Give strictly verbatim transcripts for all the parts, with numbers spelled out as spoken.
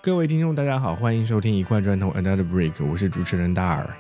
各位听众大家好，欢迎收听一块砖头 Another Brick， 我是主持人大耳。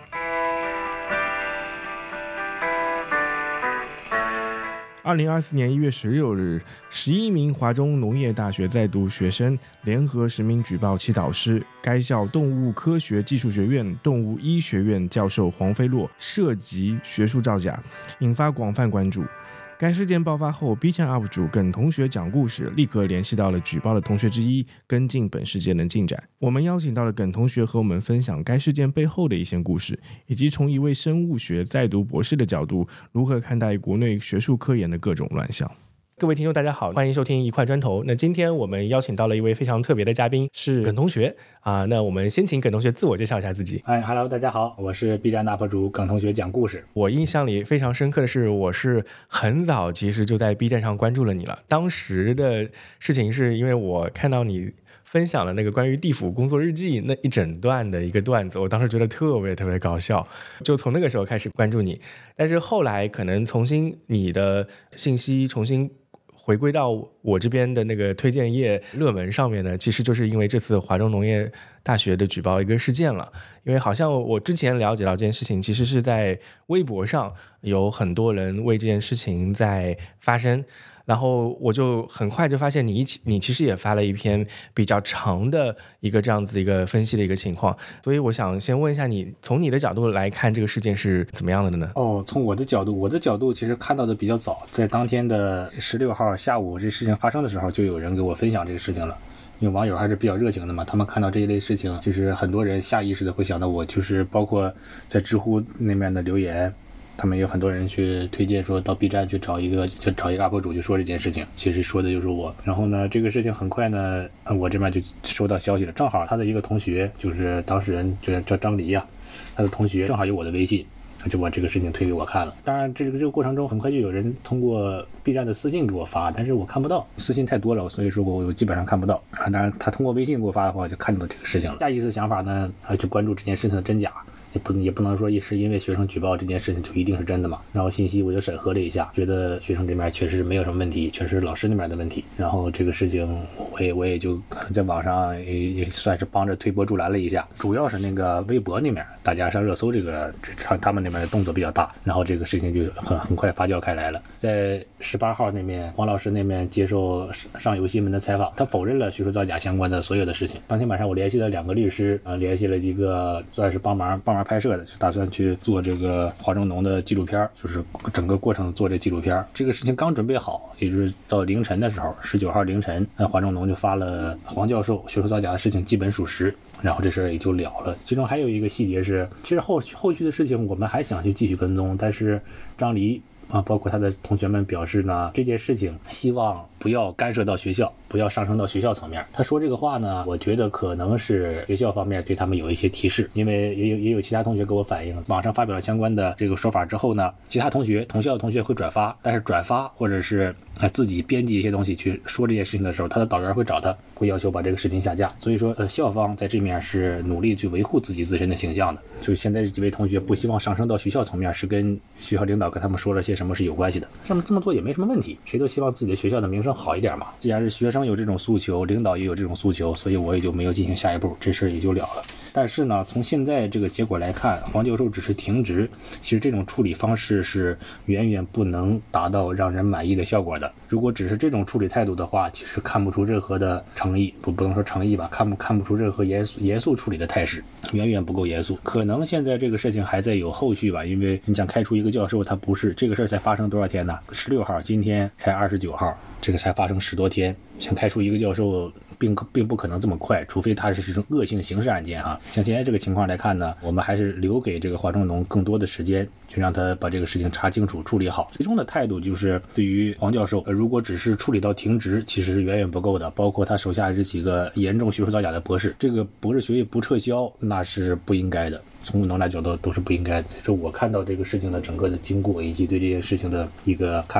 二零二四年一月十六日，十一名华中农业大学在读学生联合实名举报其导师，该校动物科学技术学院动物医学院教授黄飞洛涉及学术造假，引发广泛关注。该事件爆发后 ，B 站 U P 主耿同学讲故事立刻联系到了举报的同学之一，跟进本事件的进展。我们邀请到了耿同学和我们分享该事件背后的一些故事，以及从一位生物学在读博士的角度，如何看待国内学术科研的各种乱象。各位听众大家好，欢迎收听一块砖头。那今天我们邀请到了一位非常特别的嘉宾，是耿同学啊。那我们先请耿同学自我介绍一下自己。 哎 ，Hello， 大家好，我是 B 站 U P 主耿同学讲故事。 我印象里非常深刻的是，我是很早其实就在 B 站上关注了你了。当时的事情是因为我看到你分享了那个关于地府工作日记那一整段的一个段子，我当时觉得特别特别搞笑，就从那个时候开始关注你。但是后来可能重新你的信息重新回归到我这边的那个推荐页热门上面呢，其实就是因为这次华中农业大学的举报一个事件了。因为好像我之前了解到这件事情，其实是在微博上有很多人为这件事情在发声，然后我就很快就发现你一起你其实也发了一篇比较长的一个这样子一个分析的一个情况，所以我想先问一下你，从你的角度来看这个事件是怎么样的呢？ 哦，从我的角度，我的角度其实看到的比较早，在当天的十六号下午这事情发生的时候，就有人给我分享这个事情了。因为网友还是比较热情的嘛，他们看到这一类事情，就是很多人下意识的会想到我，就是包括在知乎那边的留言。他们有很多人去推荐说到 B 站去找一个就找一个 U P 主去说这件事情，其实说的就是我。然后呢，这个事情很快呢，我这边就收到消息了，正好他的一个同学，就是当事人叫叫张黎啊，他的同学正好有我的微信，就把这个事情推给我看了。当然这个这个过程中很快就有人通过 B 站的私信给我发，但是我看不到，私信太多了，所以说我基本上看不到啊。当然他通过微信给我发的话，就看到这个事情了。下意识的想法呢，啊，去关注这件事情的真假。也不也不能说是因为学生举报这件事情就一定是真的嘛。然后信息我就审核了一下，觉得学生这边确实没有什么问题，确实是老师那边的问题。然后这个事情我也我也就在网上也也算是帮着推波助澜了一下，主要是那个微博那边大家上热搜，这个他他们那边的动作比较大，然后这个事情就很很快发酵开来了。在十八号那边，黄老师那边接受上游新闻的采访，他否认了学术造假相关的所有的事情。当天晚上我联系了两个律师，呃，联系了一个算是帮忙帮忙拍摄的，就打算去做这个华中农的纪录片，就是整个过程做这纪录片。这个事情刚准备好，也就是到凌晨的时候，十九号凌晨，那华中农就发了黄教授学术造假的事情基本属实，然后这事儿也就了了。其中还有一个细节是，其实后后续的事情我们还想去继续跟踪，但是张黎啊，包括他的同学们表示呢，这件事情希望不要干涉到学校，不要上升到学校层面。他说这个话呢，我觉得可能是学校方面对他们有一些提示，因为也有也有其他同学给我反映，网上发表了相关的这个说法之后呢，其他同学同校的同学会转发，但是转发或者是呃自己编辑一些东西去说这件事情的时候，他的导员会找他，会要求把这个视频下架。所以说呃校方在这面是努力去维护自己自身的形象的。就现在这几位同学不希望上升到学校层面，是跟学校领导跟他们说了些什么是有关系的。这么这么做也没什么问题，谁都希望自己的学校的名声好一点嘛。既然是学生有这种诉求，领导也有这种诉求，所以我也就没有进行下一步，这事也就了了。但是呢，从现在这个结果来看，黄教授只是停职，其实这种处理方式是远远不能达到让人满意的效果的。如果只是这种处理态度的话，其实看不出任何的诚意，不不能说诚意吧，看不看不出任何严肃严肃处理的态势，远远不够严肃。可能现在这个事情还在有后续吧，因为你想开除一个教授，他不是这个事儿才发生多少天呢？十六号，今天才二十九号，这个才发生十多天，想开除一个教授并并不可能这么快，除非他是这种恶性刑事案件哈。像现在这个情况来看呢，我们还是留给这个华中农更多的时间，去让他把这个事情查清楚、处理好。最终的态度就是，对于黄教授，如果只是处理到停职，其实是远远不够的。包括他手下这几个严重学术造假的博士，这个博士学位不撤销，那是不应该的。从能来角度都是不应该的。这我看到这个事情的整个的经过，以及对这件事情的一个看法。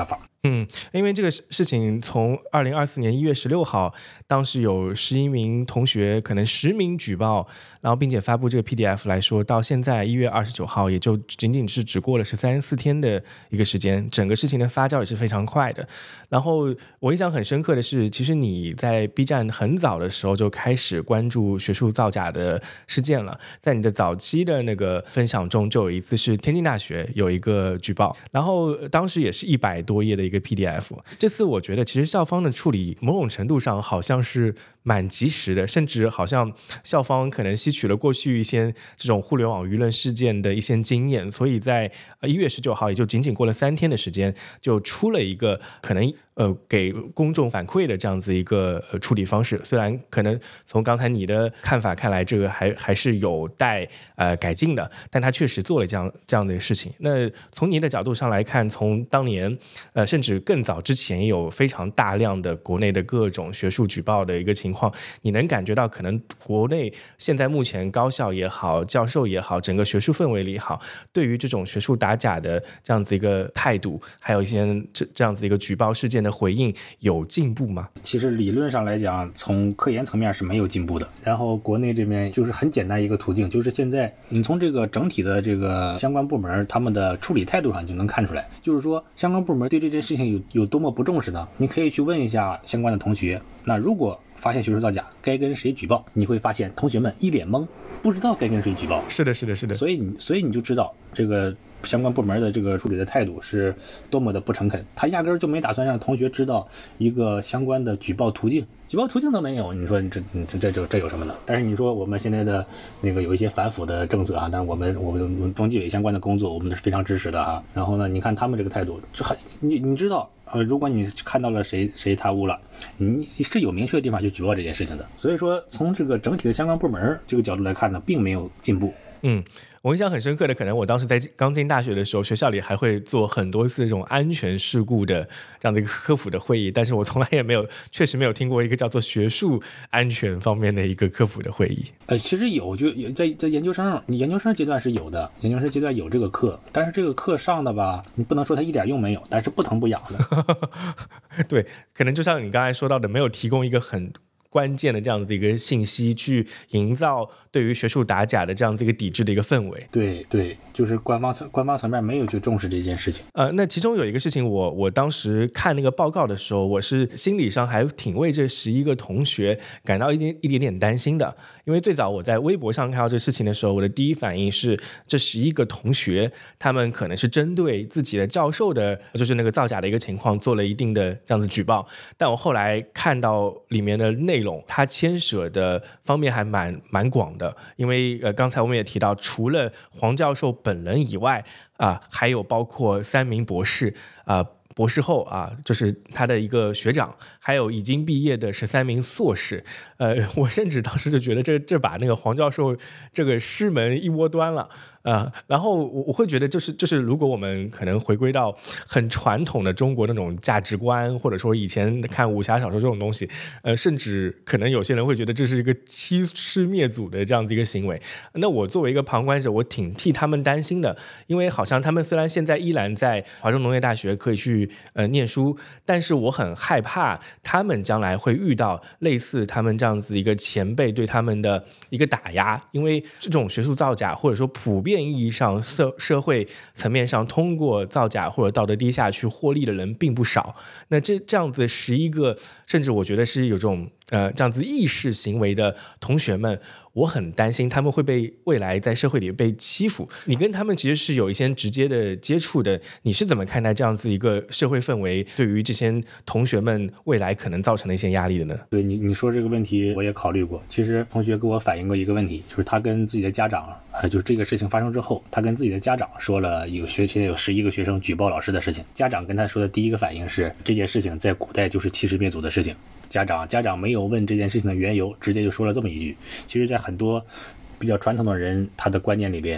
嗯，因为这个事情从二零二四年一月十六号，当时有十一名同学，可能十名举报，然后并且发布这个 P D F 来说，到现在一月二十九号，也就仅仅是只过了十三四天的一个时间，整个事情的发酵也是非常快的。然后我印象很深刻的是，其实你在 B 站很早的时候就开始关注学术造假的事件了，在你的早期的那个分享中，就有一次是天津大学有一个举报，然后当时也是一百多页的一个 P D F。 这次我觉得其实校方的处理某种程度上好像是蛮及时的，甚至好像校方可能吸取了过去一些这种互联网舆论事件的一些经验，所以在一月十九号也就仅仅过了三天的时间，就出了一个可能呃给公众反馈的这样子一个、呃、处理方式。虽然可能从刚才你的看法看来，这个还还是有待呃改进的，但他确实做了这样这样的事情。那从你的角度上来看，从当年呃甚至更早之前也有非常大量的国内的各种学术举报的一个情况，你能感觉到可能国内现在目前高校也好，教授也好，整个学术氛围里也好，对于这种学术打假的这样子一个态度，还有一些这这样子一个举报事件的回应有进步吗？ 其实理论上来讲，从科研层面是没有进步的。然后国内这边就是很简单一个途径，就是现在你从这个整体的这个相关部门他们的处理态度上就能看出来，就是说相关部门对这件事情有有多么不重视呢？你可以去问一下相关的同学，那如果发现学术造假该跟谁举报，你会发现同学们一脸懵，不知道该跟谁举报。 是的是的是的， 所以你所以你就知道这个相关部门的这个处理的态度是多么的不诚恳，他压根儿就没打算让同学知道一个相关的举报途径，举报途径都没有，你说这这这这这有什么呢？但是你说我们现在的那个有一些反腐的政策啊，但是我们我们我们中纪委相关的工作我们是非常支持的啊。然后呢，你看他们这个态度，这很你你知道。呃，如果你看到了谁谁贪污了，你是有明确的地方去举报这件事情的。所以说，从这个整体的相关部门这个角度来看呢，并没有进步。 嗯，我印象很深刻的，可能我当时在刚进大学的时候，学校里还会做很多次这种安全事故的这样的一个科普的会议，但是我从来也没有，确实没有听过一个叫做学术安全方面的一个科普的会议。 呃，其实有，就在在研究生，你研究生阶段是有的，研究生阶段有这个课，但是这个课上的吧，你不能说它一点用没有，但是不疼不痒的。 对，可能就像你刚才说到的，没有提供一个很关键的这样子一个信息，去营造对于学术打假的这样子一个抵制的一个氛围。 对对，就是官方层官方层面没有去重视这件事情。 呃，那其中有一个事情我，我我当时看那个报告的时候，我是心理上还挺为这十一个同学感到一点一点点担心的，因为最早我在微博上看到这事情的时候，我的第一反应是这十一个同学他们可能是针对自己的教授的，就是那个造假的一个情况做了一定的这样子举报，但我后来看到里面的内容，它牵涉的方面还蛮蛮广的，因为呃刚才我们也提到，除了黄教授本人以外啊、呃，还有包括三名博士啊。呃博士后啊，就是他的一个学长，还有已经毕业的十三名硕士。呃，我甚至当时就觉得这这把那个黄教授这个师门一窝端了。呃，然后我我会觉得就是就是如果我们可能回归到很传统的中国那种价值观，或者说以前看武侠小说这种东西，呃，甚至可能有些人会觉得这是一个欺师灭祖的这样子一个行为。那我作为一个旁观者，我挺替他们担心的，因为好像他们虽然现在依然在华中农业大学可以去呃念书，但是我很害怕他们将来会遇到类似他们这样子一个前辈对他们的一个打压，因为这种学术造假或者说普遍意义上社社会层面上通过造假或者道德低下去获利的人并不少。那这这样子十一个，甚至我觉得是有这种呃这样子意识行为的同学们，我很担心他们会被未来在社会里被欺负。你跟他们其实是有一些直接的接触的，你是怎么看待这样子一个社会氛围对于这些同学们未来可能造成的一些压力的呢？ 对，你你说这个问题我也考虑过。其实同学给我反映过一个问题，就是他跟自己的家长呃，就是这个事情发生之后，他跟自己的家长说了有学现在有十一个学生举报老师的事情，家长跟他说的第一个反应是这件事情在古代就是欺师灭祖的事情。家长家长没有问这件事情的缘由，直接就说了这么一句。其实在很多比较传统的人他的观念里边，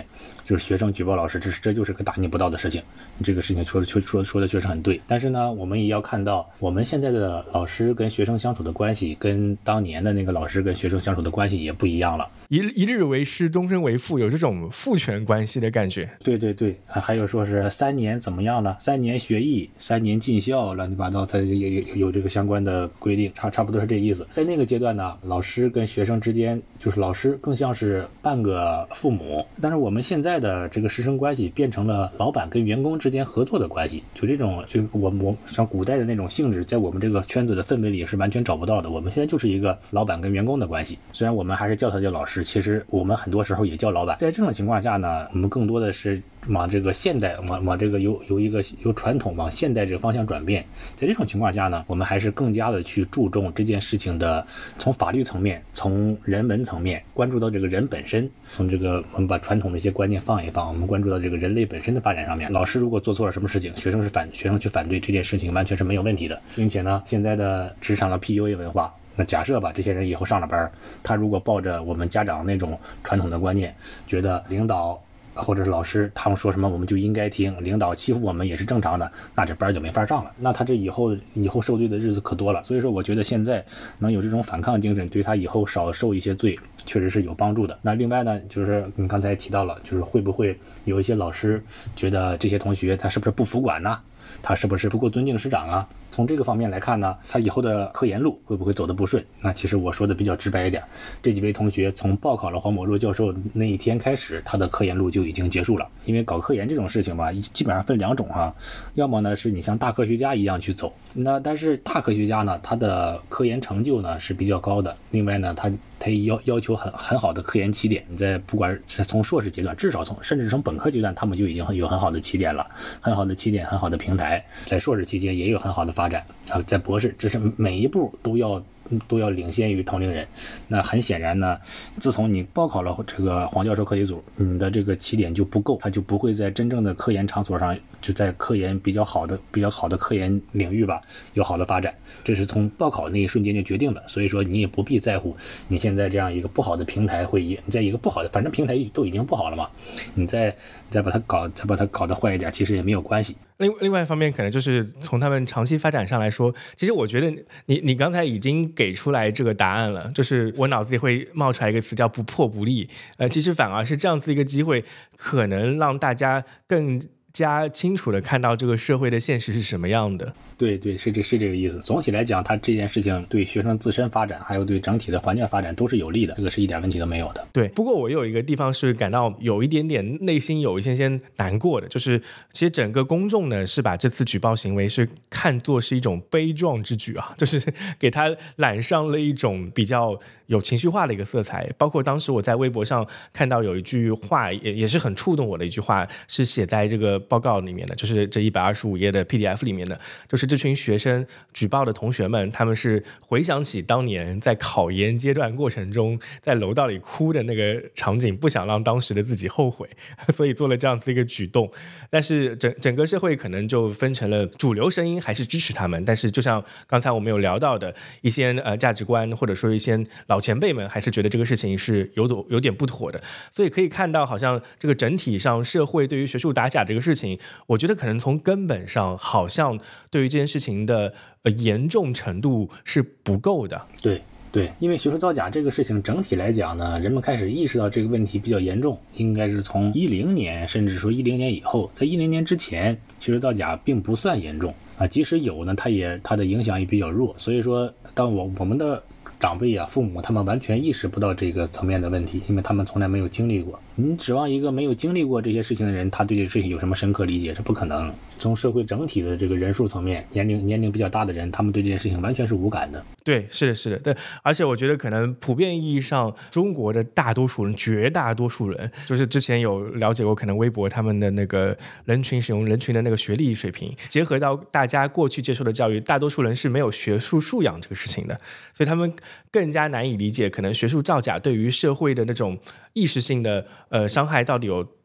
就是学生举报老师，这这就是个大逆不道的事情。这个事情说的说说说的确实很对，但是呢，我们也要看到，我们现在的老师跟学生相处的关系，跟当年的那个老师跟学生相处的关系也不一样了。 一一日为师，终身为父，有这种父权关系的感觉。 对对对，还有说是三年怎么样了？三年学艺，三年进校，乱七八糟，它有有有这个相关的规定，差差不多是这意思。在那个阶段呢，老师跟学生之间，就是老师更像是半个父母，但是我们现在的这个师生关系变成了老板跟员工之间合作的关系，就这种就我我像古代的那种性质，在我们这个圈子的氛围里是完全找不到的。我们现在就是一个老板跟员工的关系，虽然我们还是叫他叫老师，其实我们很多时候也叫老板。在这种情况下呢，我们更多的是往这个现代往往这个由由一个由传统往现代这个方向转变。在这种情况下呢，我们还是更加的去注重这件事情的从法律层面，从人文层面关注到这个人本身，从这个我们把传统的一些观念放一放，我们关注到这个人类本身的发展上面。老师如果做错了什么事情，学生是反学生去反对这件事情完全是没有问题的。并且呢，现在的职场的 P U A 文化，那假设吧，这些人以后上了班，他如果抱着我们家长那种传统的观念，觉得领导或者是老师他们说什么我们就应该听，领导欺负我们也是正常的，那这班就没法上了，那他这以后以后受罪的日子可多了。所以说我觉得现在能有这种反抗精神，对他以后少受一些罪确实是有帮助的。那另外呢，就是你刚才提到了，就是会不会有一些老师觉得这些同学他是不是不服管呢？他是不是不够尊敬师长啊？从这个方面来看呢，他以后的科研路会不会走得不顺？那其实我说的比较直白一点，这几位同学从报考了黄某若教授那一天开始，他的科研路就已经结束了。因为搞科研这种事情吧，基本上分两种哈，要么呢是你像大科学家一样去走，那但是大科学家呢，他的科研成就呢是比较高的，另外呢他他要要求很很好的科研起点，你在不管是从硕士阶段，至少从甚至从本科阶段，他们就已经有很好的起点了，很好的起点，很好的平台，在硕士期间也有很好的发展啊，在博士，这是每一步都要都要领先于同龄人。那很显然呢，自从你报考了这个黄教授课题组，你的这个起点就不够，他就不会在真正的科研场所上，就在科研比较好的比较好的科研领域吧有好的发展，这是从报考那一瞬间就决定的。所以说你也不必在乎你现在这样一个不好的平台会议，你在一个不好的，反正平台都已经不好了嘛，你再你再把它搞再把它搞得坏一点，其实也没有关系。 另另外一方面，可能就是从他们长期发展上来说，其实我觉得你你刚才已经给出来这个答案了，就是我脑子里会冒出来一个词叫不破不立，呃，其实反而是这样子一个机会，可能让大家更加清楚的看到这个社会的现实是什么样的。 对对，是这是这个意思。总体来讲，它这件事情对学生自身发展，还有对整体的环境发展都是有利的，这个是一点问题都没有的。 对，不过我有一个地方是感到有一点点内心有一些些难过的，就是其实整个公众呢是把这次举报行为是看作是一种悲壮之举啊，就是给他染上了一种比较有情绪化的一个色彩。包括当时我在微博上看到有一句话，也也是很触动我的一句话，是写在这个报告里面的，就是这一百二十五页的 P D F 里面的，就是这群学生举报的同学们，他们是回想起当年在考研阶段过程中在楼道里哭的那个场景，不想让当时的自己后悔，所以做了这样子一个举动。但是整整个社会可能就分成了主流声音还是支持他们，但是就像刚才我们有聊到的一些呃价值观，或者说一些老前辈们还是觉得这个事情是有有点不妥的。所以可以看到好像这个整体上社会对于学术打假这个事情，我觉得可能从根本上好像对于这件事情的呃严重程度是不够的。 对对，因为学术造假这个事情整体来讲呢，人们开始意识到这个问题比较严重，应该是从一零年，甚至说一零年以后。在一零年之前，学术造假并不算严重啊，即使有呢，它也它的影响也比较弱。所以说，当我我们的长辈啊、父母他们完全意识不到这个层面的问题，因为他们从来没有经历过。你指望一个没有经历过这些事情的人，他对这个事情有什么深刻理解，是不可能。从社会整体的这个人数层面，年龄年龄比较大的人，他们对这件事情完全是无感的。 对，是的，是的，对，而且我觉得可能普遍意义上，中国的大多数人，绝大多数人，就是之前有了解过，可能微博他们的那个人群使用人群的那个学历水平，结合到大家过去接受的教育，大多数人是没有学术素养这个事情的，所以他们更加难以理解，可能学术造假对于社会的那种意识性的呃伤害到底有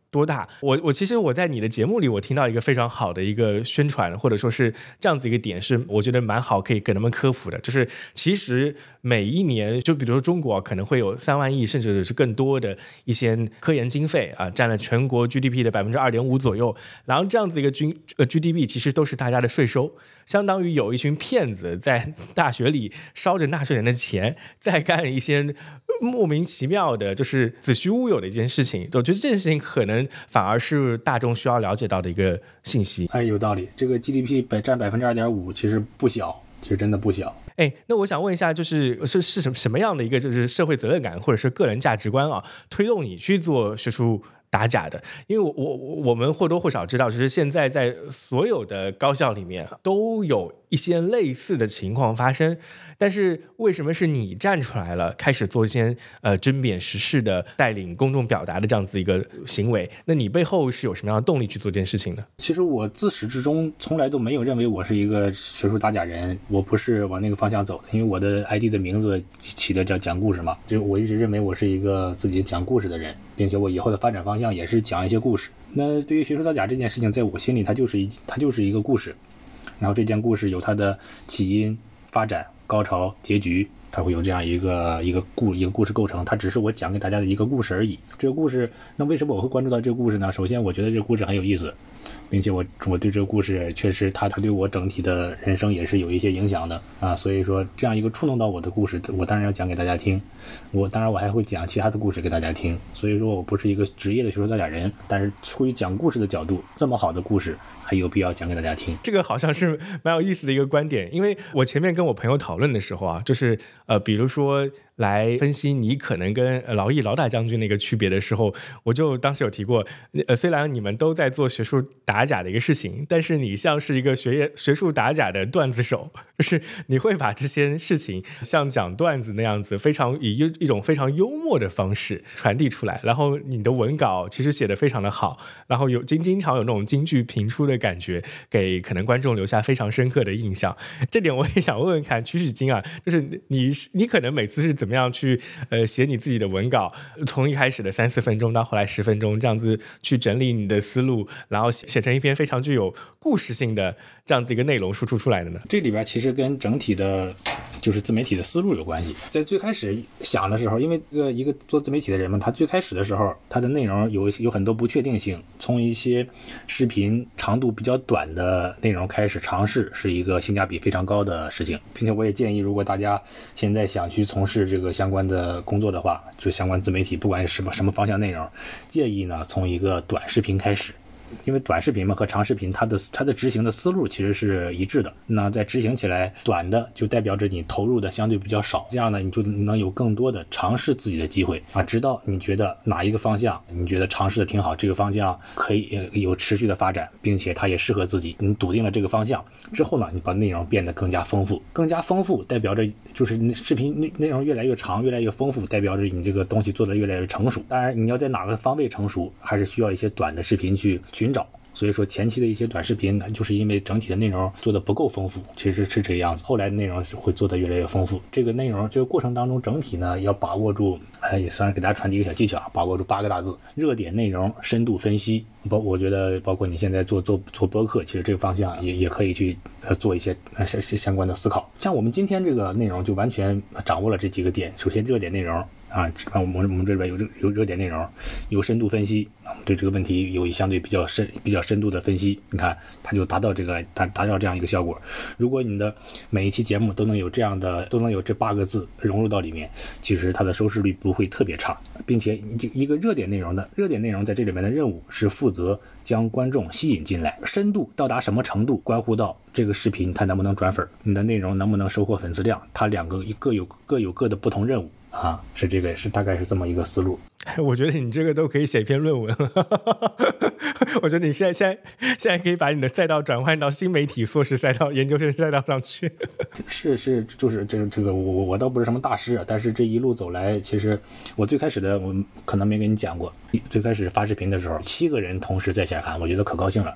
多大。我我其实我在你的节目里，我听到一个非常好的一个宣传，或者说是这样子一个点，是我觉得蛮好，可以给他们科普的。就是其实每一年，就比如说中国可能会有三万亿甚至是更多的一些科研经费啊，占了全国 G D P 的百分之二点五左右。然后这样子一个军呃 G D P 其实都是大家的税收，相当于有一群骗子在大学里烧着纳税人的钱，在干一些莫名其妙的，就是子虚乌有的一件事情。我觉得这件事情可能反而是大众需要了解到的一个信息。 哎，有道理。这个 G D P 百占百分之二点五，其实不小，其实真的不小。 哎，那我想问一下，就是是是什么什么样的一个就是社会责任感或者是个人价值观啊，推动你去做学术打假的？因为我我我们或多或少知道，就是现在在所有的高校里面都有一些类似的情况发生，但是为什么是你站出来了，开始做一些呃针砭时事的、带领公众表达的这样子一个行为？那你背后是有什么样的动力去做这件事情呢？ 其实我自始至终从来都没有认为我是一个学术打假人，我不是往那个方向走的，因为我的 I D 的名字起的叫讲故事嘛，就我一直认为我是一个自己讲故事的人，并且我以后的发展方向也是讲一些故事。那对于学术造假这件事情，在我心里它就是一它就是一个故事，然后这件故事有它的起因、发展、高潮、结局，它会有这样一个一个故一个故事构成，它只是我讲给大家的一个故事而已。这个故事，那为什么我会关注到这个故事呢？首先，我觉得这个故事很有意思，并且我我对这个故事确实它它对我整体的人生也是有一些影响的啊，所以说这样一个触动到我的故事，我当然要讲给大家听。我当然我还会讲其他的故事给大家听。所以说我不是一个职业的学术造假人，但是出于讲故事的角度，这么好的故事还有必要讲给大家听。 这个好像是蛮有意思的一个观点，因为我前面跟我朋友讨论的时候啊，就是呃，比如说来分析你可能跟劳役劳大将军那个区别的时候，我就当时有提过，呃，虽然你们都在做学术打假的一个事情，但是你像是一个学业学术打假的段子手，就是你会把这些事情像讲段子那样子，非常以一种非常幽默的方式传递出来，然后你的文稿其实写得非常的好，然后有经经常有那种京剧频出的感觉，给可能观众留下非常深刻的印象。这点我也想问问看曲曲金啊，就是你你可能每次是怎么样去呃写你自己的文稿，从一开始的三四分钟到后来十分钟，这样子去整理你的思路，然后写写成一篇非常具有故事性的这样子一个内容输出出来的呢？ 这里边其实跟整体的就是自媒体的思路有关系。在最开始想的时候，因为一个一个做自媒体的人嘛，他最开始的时候他的内容有有很多不确定性，从一些视频长度比较短的内容开始尝试，是一个性价比非常高的事情。并且我也建议，如果大家现在想去从事这个相关的工作的话，就相关自媒体不管是什么什么方向内容，建议呢从一个短视频开始。因为短视频嘛和长视频它的它的执行的思路其实是一致的，那在执行起来，短的就代表着你投入的相对比较少，这样呢你就能有更多的尝试自己的机会啊，直到你觉得哪一个方向你觉得尝试的挺好，这个方向可以有持续的发展，并且它也适合自己，你笃定了这个方向之后呢，你把内容变得更加丰富，更加丰富代表着就是视频内容越来越长越来越丰富，代表着你这个东西做得越来越成熟。当然你要在哪个方位成熟，还是需要一些短的视频去寻找。所以说前期的一些短视频就是因为整体的内容做得不够丰富，其实是这个样子，后来的内容会做得越来越丰富。这个内容这个过程当中整体呢要把握住，哎，也算是给大家传递一个小技巧，把握住八个大字：热点内容深度分析。包我觉得包括你现在做做做播客，其实这个方向也也可以去呃做一些呃相相关的思考。像我们今天这个内容就完全掌握了这几个点。首先热点内容啊，我们我们这边有有热点内容，有深度分析，对这个问题有相对比较深比较深度的分析，你看它就达到这个达达到这样一个效果。如果你的每一期节目都能有这样的都能有这八个字融入到里面，其实它的收视率不会特别差，并且一个热点内容的热点内容在这里面的任务是负责将观众吸引进来，深度到达什么程度关乎到这个视频它能不能转粉，你的内容能不能收获粉丝量，它两个各有各有各的不同任务啊，是这个是大概是这么一个思路。 我觉得你这个都可以写一篇论文了。我觉得你现在现在现在可以把你的赛道转换到新媒体硕士赛道、研究生赛道上去。 是是，就是这个这个我我倒不是什么大师，但是这一路走来，其实我最开始的我可能没跟你讲过，最开始发视频的时候，七个人同时在线看，我觉得可高兴了。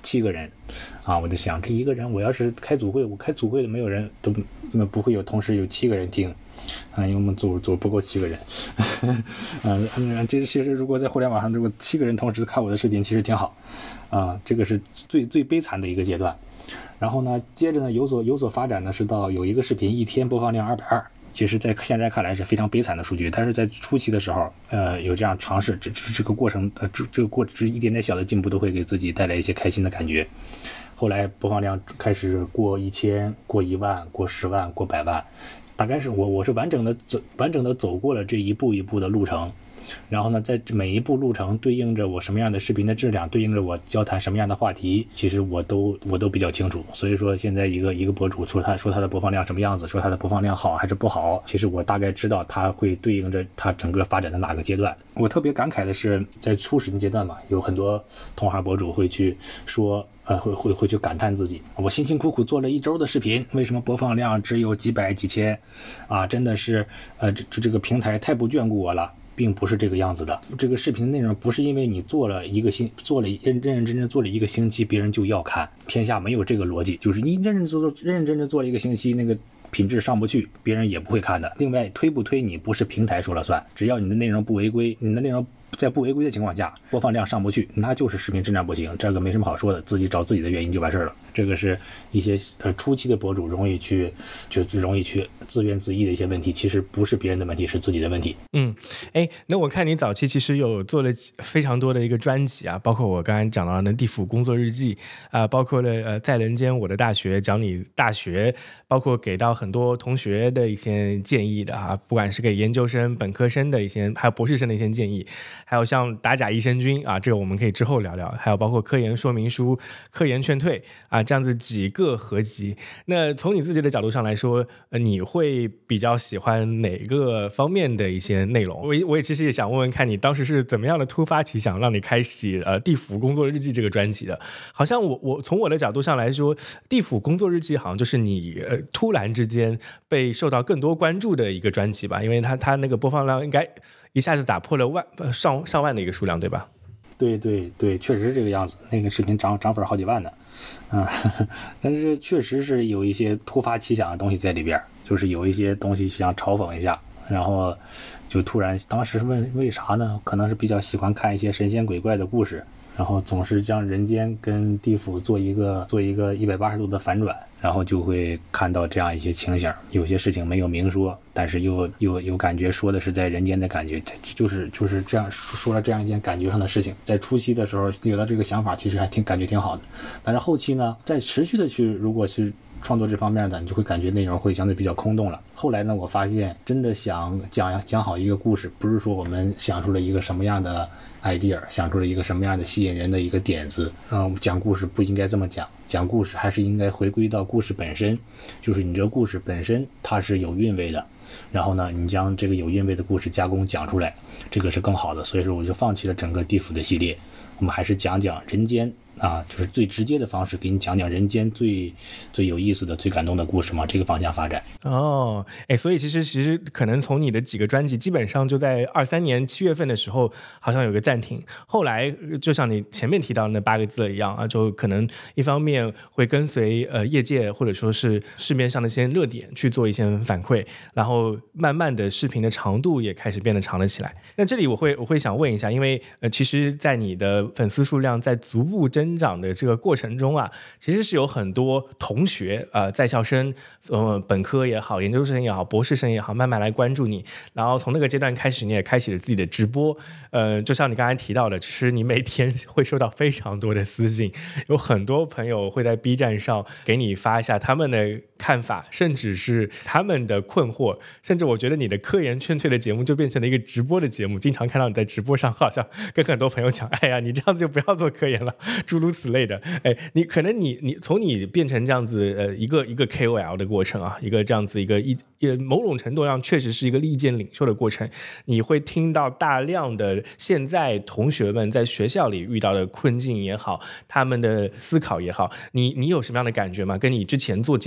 七个人啊，我就想这一个人我要是开组会，我开组会的没有人都不会有同时有七个人听啊，因为我们组组不够七个人啊，这其实如果在互联网上如果七个人同时看我的视频其实挺好啊，这个是最最悲惨的一个阶段。然后呢，接着呢有所有所发展呢，是到有一个视频一天播放量二百二，其实在现在看来是非常悲惨的数据，但是在初期的时候，呃，有这样尝试，这这个过程，呃，这这个过这一点点小的进步都会给自己带来一些开心的感觉。后来播放量开始过一千，过一万，过十万，过百万，大概是我我是完整的走完整的走过了这一步一步的路程。然后呢，在每一步路程对应着我什么样的视频的质量，对应着我交谈什么样的话题，其实我都我都比较清楚。所以说现在一个一个博主说他说他的播放量什么样子，说他的播放量好还是不好，其实我大概知道他会对应着他整个发展的哪个阶段。我特别感慨的是，在初始的阶段嘛，有很多同行博主会去说呃，会会会去感叹自己，我辛辛苦苦做了一周的视频，为什么播放量只有几百几千啊？真的是呃，这这个平台太不眷顾我了。并不是这个样子的，这个视频内容不是因为你做了一个星做了认认认真真做了一个星期别人就要看，天下没有这个逻辑，就是你认认做认认真真做了一个星期，那个品质上不去别人也不会看的。另外推不推你不是平台说了算，只要你的内容不违规，你的内容在不违规的情况下播放量上不去，那就是视频质量不行，这个没什么好说的，自己找自己的原因就完事了。这个是一些呃初期的博主容易去就容易去自怨自艾的一些问题，其实不是别人的问题，是自己的问题。 嗯，哎，那我看你早期其实有做了非常多的一个专辑啊，包括我刚才讲到的地府工作日记啊、呃，包括了呃在人间我的大学，讲你大学，包括给到很多同学的一些建议的啊，不管是给研究生、本科生的一些，还有博士生的一些建议，还有像打假益生菌啊，这个我们可以之后聊聊，还有包括科研说明书、科研劝退啊，这样子几个合集。那从你自己的角度上来说，呃、你会比较喜欢哪个方面的一些内容？我我也其实也想问问看你当时是怎么样的突发奇想，让你开启呃地府工作日记这个专辑的？好像我我从我的角度上来说，地府工作日记好像就是你呃突然之间被受到更多关注的一个专辑吧，因为它它那个播放量应该一下子打破了万上上万的一个数量，对吧？ 对对对，确实是这个样子。那个视频涨涨粉好几万呢，啊，但是确实是有一些突发奇想的东西在里边，就是有一些东西想嘲讽一下，然后就突然当时问为啥呢？可能是比较喜欢看一些神仙鬼怪的故事，然后总是将人间跟地府做一个做一个一百八十度的反转。然后就会看到这样一些情形，有些事情没有明说，但是又又有感觉说的是在人间的感觉，就是就是这样说了这样一件感觉上的事情。在初期的时候有了这个想法，其实还挺感觉挺好的，但是后期呢，在持续的去如果是创作这方面的，你就会感觉内容会相对比较空洞了。后来呢，我发现真的想讲讲好一个故事，不是说我们想出了一个什么样的 idea， 想出了一个什么样的吸引人的一个点子，嗯，讲故事不应该这么讲，讲故事还是应该回归到故事本身，就是你这个故事本身它是有韵味的，然后呢，你将这个有韵味的故事加工讲出来，这个是更好的。所以说我就放弃了整个地府的系列，我们还是讲讲人间啊，就是最直接的方式给你讲讲人间最最有意思的、最感动的故事嘛，这个方向发展。 哦，哎，所以其实其实可能从你的几个专辑，基本上就在二三年七月份的时候，好像有个暂停。后来就像你前面提到的那八个字一样啊，就可能一方面会跟随呃业界或者说是市面上的一些热点去做一些反馈，然后慢慢的视频的长度也开始变得长了起来。那这里我会我会想问一下，因为呃其实，在你的粉丝数量在逐步增长的这个过程中啊，其实是有很多同学呃在校生呃本科也好，研究生也好，博士生也好，慢慢来关注你，然后从那个阶段开始，你也开启了自己的直播。呃，就像你刚才提到的，其实你每天会收到非常多的私信，有很多朋友会在 B 站上给你发一下他们的看法，甚至是他们的困惑，甚至我觉得你的科研劝退的节目就变成了一个直播的节目，经常看到你在直播上好像跟很多朋友讲，哎呀，你这样子就不要做科研了，诸如此类的。哎，你可能你你从你变成这样子呃一个一个 K O L 的过程啊，一个这样子一个一某种程度上确实是一个意见领袖的过程，你会听到大量的现在同学们在学校里遇到的困境也好，他们的思考也好，你你有什么样的感觉吗？跟你之前做节目的时候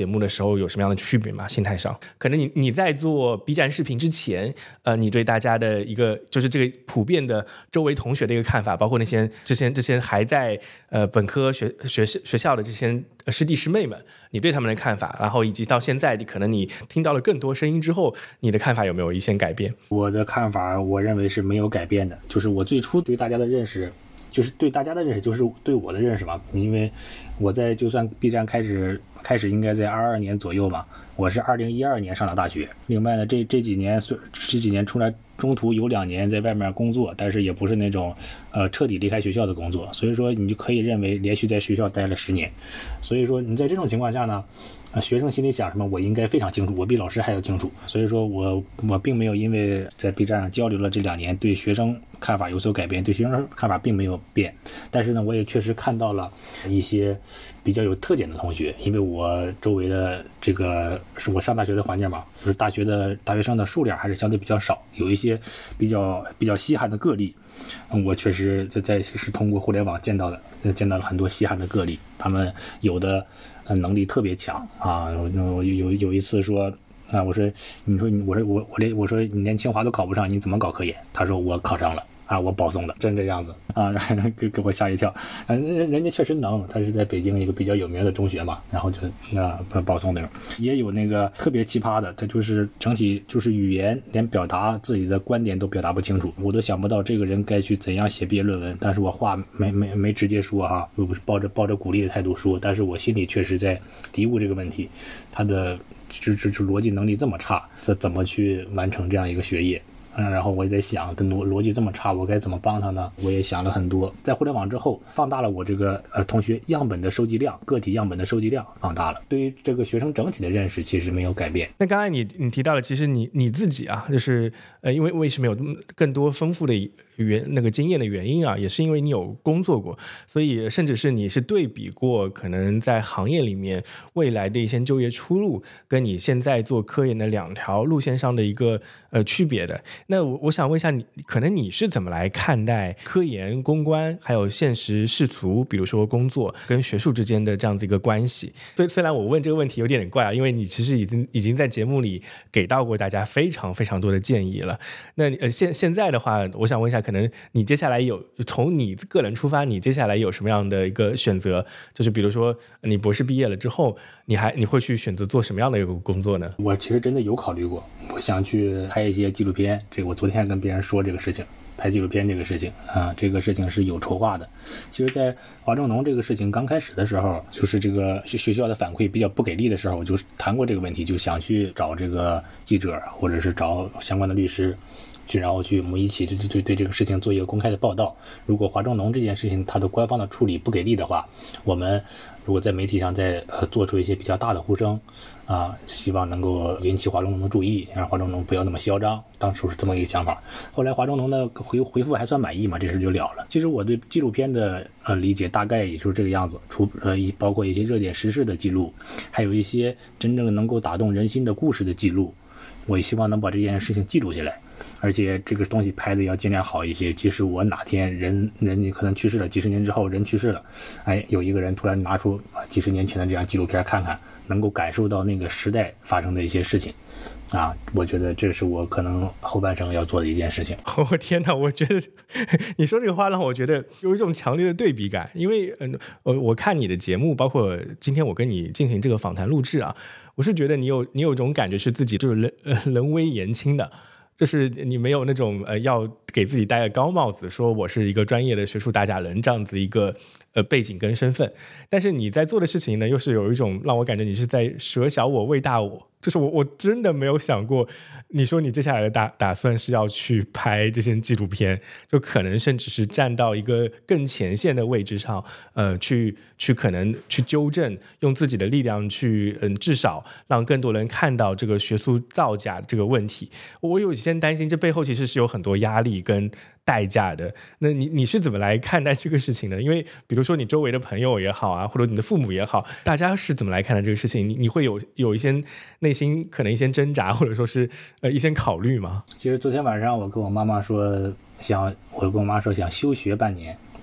候有什么样的区别吗？心态上，可能你你在做 B 站视频之前，呃，你对大家的一个就是这个普遍的周围同学的一个看法，包括那些这些这些还在呃本科学学学校的这些师弟师妹们，你对他们的看法，然后以及到现在可能你听到了更多声音之后，你的看法有没有一些改变？ 我的看法，我认为是没有改变的，就是我最初对大家的认识。就是对大家的认识，就是对我的认识嘛。因为我在就算 B 站开始开始应该在二二年左右嘛，我是二零一二年上的大学。另外呢，这这几年这几年出来，中途有两年在外面工作，但是也不是那种呃彻底离开学校的工作，所以说你就可以认为连续在学校待了十年。所以说你在这种情况下呢，啊，学生心里想什么，我应该非常清楚，我比老师还要清楚。所以说我我并没有因为在 B 站上交流了这两年，对学生看法有所改变，对学生看法并没有变。但是呢，我也确实看到了一些比较有特点的同学，因为我周围的这个是我上大学的环境嘛，就是大学的大学生的数量还是相对比较少，有一些比较比较稀罕的个例。我确实在在是通过互联网见到的，见到了很多稀罕的个例，他们有的能力特别强啊。我有有一次说啊，我说你说你我说我我连我说你连清华都考不上，你怎么搞科研？他说我考上了。啊，我保送的，真这样子啊，给给我吓一跳。啊，人人家确实能，他是在北京一个比较有名的中学嘛，然后就那保送的。也有那个特别奇葩的，他就是整体就是语言连表达自己的观点都表达不清楚，我都想不到这个人该去怎样写毕业论文。但是我话没没没直接说哈，我不是抱着抱着鼓励的态度说，但是我心里确实在嘀咕这个问题，他的就就就逻辑能力这么差，这怎么去完成这样一个学业？嗯，然后我也在想，这逻逻辑这么差，我该怎么帮他呢？我也想了很多。在互联网之后，放大了我这个呃同学样本的收集量，个体样本的收集量放大了。对于这个学生整体的认识，其实没有改变。 那刚才你你提到了，其实你你自己啊，就是呃，因为为什么有更多丰富的原那个经验的原因啊，也是因为你有工作过，所以甚至是你是对比过可能在行业里面未来的一些就业出路，跟你现在做科研的两条路线上的一个呃区别的。那我我想问一下你，可能你是怎么来看待科研、公关还有现实世俗，比如说工作跟学术之间的这样子一个关系？虽虽然我问这个问题有点怪啊，因为你其实已经已经在节目里给到过大家非常非常多的建议了。那呃现现在的话，我想问一下，可能你接下来有从你个人出发，你接下来有什么样的一个选择？就是比如说你博士毕业了之后，你还你会去选择做什么样的一个工作呢？ 我其实真的有考虑过，我想去拍一些纪录片。这个我昨天还跟别人说这个事情，拍纪录片这个事情啊，这个事情是有筹划的。其实在华正农这个事情刚开始的时候，就是这个学校的反馈比较不给力的时候，我就谈过这个问题，就想去找这个记者或者是找相关的律师去，然后去我们一起对对对对这个事情做一个公开的报道。如果华正农这件事情它的官方的处理不给力的话，我们如果在媒体上再呃做出一些比较大的呼声啊，希望能够引起华正农的注意，让华正农不要那么嚣张。当初是这么一个想法。后来华正农的回回复还算满意嘛，这事就了了。其实我对纪录片的呃理解大概也就是这个样子，除呃包括一些热点时事的记录，还有一些真正能够打动人心的故事的记录。我也希望能把这件事情记录下来，而且这个东西拍的要尽量好一些。即使我哪天人人可能去世了，几十年之后人去世了，哎，有一个人突然拿出几十年前的这样纪录片看看，能够感受到那个时代发生的一些事情啊，我觉得这是我可能后半生要做的一件事情。 我、哦、天哪，我觉得你说这个话让我觉得有一种强烈的对比感，因为嗯，我我看你的节目，包括今天我跟你进行这个访谈录制啊，我是觉得你有你有一种感觉是自己就是人、呃、人微言轻的。就是你没有那种呃要给自己戴个高帽子，说我是一个专业的学术大家人这样子一个呃背景跟身份，但是你在做的事情呢，又是有一种让我感觉你是在舍小我为大我。就是我我真的没有想过，你说你接下来的打打算是要去拍这些纪录片，就可能甚至是站到一个更前线的位置上，呃，去去可能去纠正，用自己的力量去，嗯，至少让更多人看到这个学术造假这个问题。我有些担心，这背后其实是有很多压力跟代价的。那你你是怎么来看待这个事情呢？因为比如说你周围的朋友也好啊，或者你的父母也好，大家是怎么来看待这个事情？你你会有有一些内心可能一些挣扎，或者说是呃一些考虑吗？ 其实昨天晚上我跟我妈妈说，想我跟我妈说想休学半年，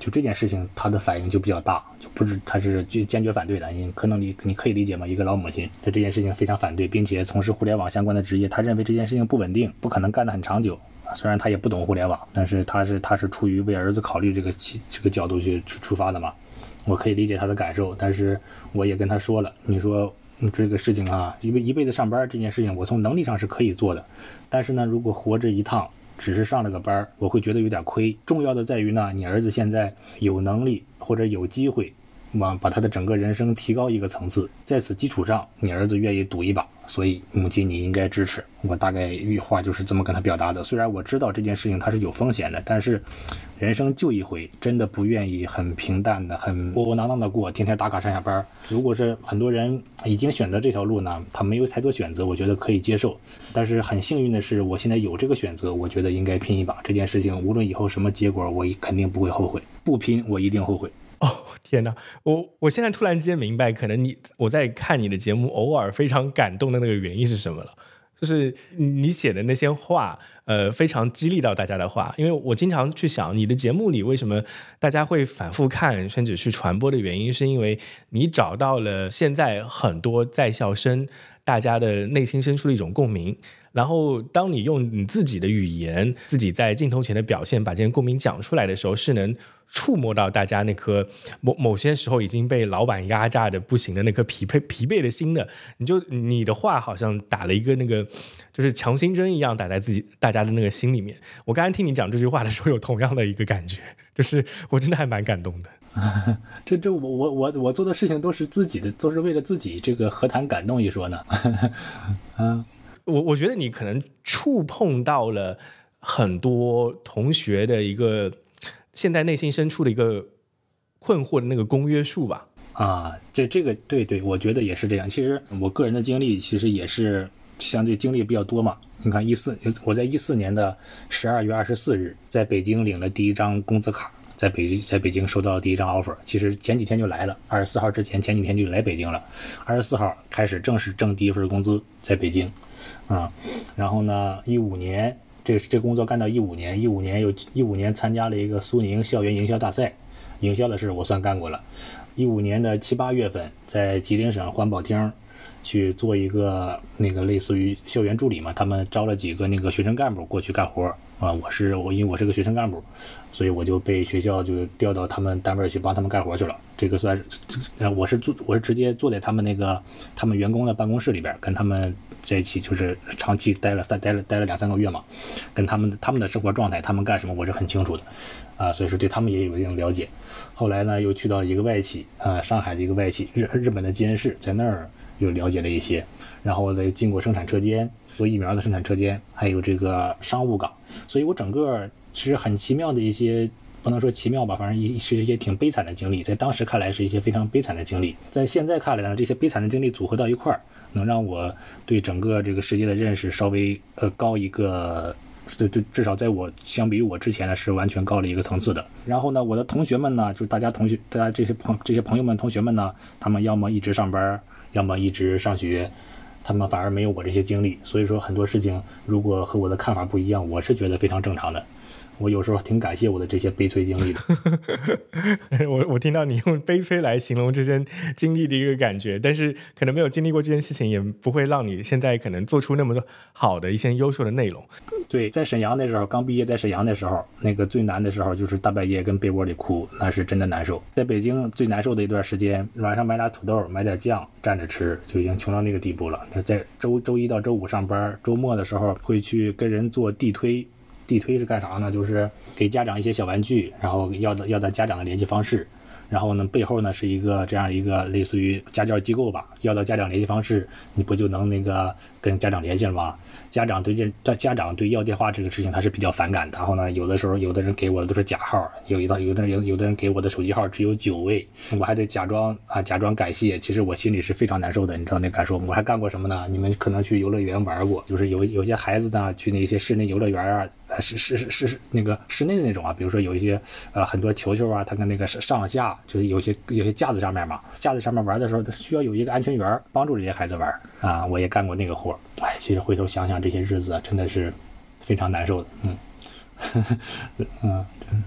就这件事情他的反应就比较大，就不是他是坚决反对的。你可能理你可以理解吗？一个老母亲对这件事情非常反对，并且从事互联网相关的职业，他认为这件事情不稳定，不可能干得很长久。虽然他也不懂互联网，但是他是他是出于为儿子考虑这个这个角度去出发的嘛，我可以理解他的感受。但是我也跟他说了，你说这个事情啊，一辈一辈子上班这件事情，我从能力上是可以做的，但是呢，如果活着一趟只是上了个班，我会觉得有点亏。重要的在于呢，你儿子现在有能力或者有机会把把他的整个人生提高一个层次，在此基础上你儿子愿意赌一把，所以母亲你应该支持。我大概一句话就是这么跟他表达的。虽然我知道这件事情它是有风险的，但是人生就一回，真的不愿意很平淡的很窝窝囊囊的过，天天打卡上下班。如果是很多人已经选择这条路呢，他没有太多选择，我觉得可以接受。但是很幸运的是我现在有这个选择，我觉得应该拼一把。这件事情无论以后什么结果，我肯定不会后悔，不拼我一定后悔。 哦天哪，我我现在突然之间明白，可能你我在看你的节目偶尔非常感动的那个原因是什么了，就是你写的那些话，呃，非常激励到大家的话。因为我经常去想，你的节目里为什么大家会反复看，甚至去传播的原因，是因为你找到了现在很多在校生大家的内心深处的一种共鸣。然后当你用你自己的语言，自己在镜头前的表现，把这件共鸣讲出来的时候，是能触摸到大家那颗某某些时候已经被老板压榨的不行的那颗疲惫疲惫的心的。你就你的话好像打了一个那个就是强心针一样打在自己大家的那个心里面。我刚才听你讲这句话的时候有同样的一个感觉，就是我真的还蛮感动的。 这这我我我我做的事情都是自己的，都是为了自己，这个何谈感动一说呢？ 啊，我我觉得你可能触碰到了很多同学的一个现在内心深处的一个困惑的那个公约数吧。 啊，这这个对对，我觉得也是这样。其实我个人的经历其实也是相对经历比较多嘛。你看一四，我在一四年的十二月二十四日在北京领了第一张工资卡，在北京在北京收到第一张 offer， 其实前几天就来了，二十四号之前前几天就来北京了，二十四号开始正式挣第一份工资，在北京，啊，然后呢，一五年这这工作干到一五年，一五年又一五年参加了一个苏宁校园营销大赛，营销的事我算干过了，一五年的七八月份在吉林省环保厅去做一个那个类似于校园助理嘛，他们招了几个那个学生干部过去干活啊，我是我因为我是个学生干部，所以我就被学校就调到他们单位去帮他们干活去了。这个算是我是坐我是直接坐在他们那个他们员工的办公室里边，跟他们在一起，就是长期待了待了待了两三个月嘛，跟他们他们的生活状态，他们干什么我是很清楚的啊，所以说对他们也有一定了解。后来呢，又去到一个外企啊，上海的一个外企，日日本的基恩市，在那儿又了解了一些，然后再经过生产车间，做疫苗的生产车间，还有这个商务岗，所以我整个其实很奇妙的一些，不能说奇妙吧，反正是一些挺悲惨的经历，在当时看来是一些非常悲惨的经历，在现在看来呢，这些悲惨的经历组合到一块儿，能让我对整个这个世界的认识稍微呃高一个，对对，至少在我相比于我之前呢是完全高了一个层次的。然后呢，我的同学们呢，就大家同学，大家这些朋这些朋友们同学们呢，他们要么一直上班，要么一直上学，他们反而没有我这些经历。所以说很多事情如果和我的看法不一样，我是觉得非常正常的。我有时候挺感谢我的这些悲催经历的。 我我听到你用悲催来形容这些经历的一个感觉，但是可能没有经历过这件事情，也不会让你现在可能做出那么多好的一些优秀的内容。 对，在沈阳那时候，刚毕业在沈阳的时候，那个最难的时候就是大半夜跟被窝里哭，那是真的难受。在北京最难受的一段时间，晚上买俩土豆，买点酱蘸着吃，就已经穷到那个地步了。在周周一到周五上班，周末的时候会去跟人做地推。地推是干啥呢？就是给家长一些小玩具，然后要的要到家长的联系方式，然后呢背后呢是一个这样一个类似于家教机构吧，要到家长联系方式，你不就能那个跟家长联系了吗？家长对这家长对要电话这个事情他是比较反感的，然后呢有的时候有的人给我的都是假号，有一道有的人有的人给我的手机号只有九位，我还得假装啊假装感谢，其实我心里是非常难受的，你知道那感受。我还干过什么呢？你们可能去游乐园玩过，就是有有些孩子呢去那些室内游乐园啊，是是是是那个室内的那种啊，比如说有一些呃很多球球啊，它跟那个上下就是有些有些架子上面嘛，架子上面玩的时候，它需要有一个安全员帮助这些孩子玩啊，我也干过那个活。哎，其实回头想想这些日子啊，真的是非常难受的，嗯，嗯，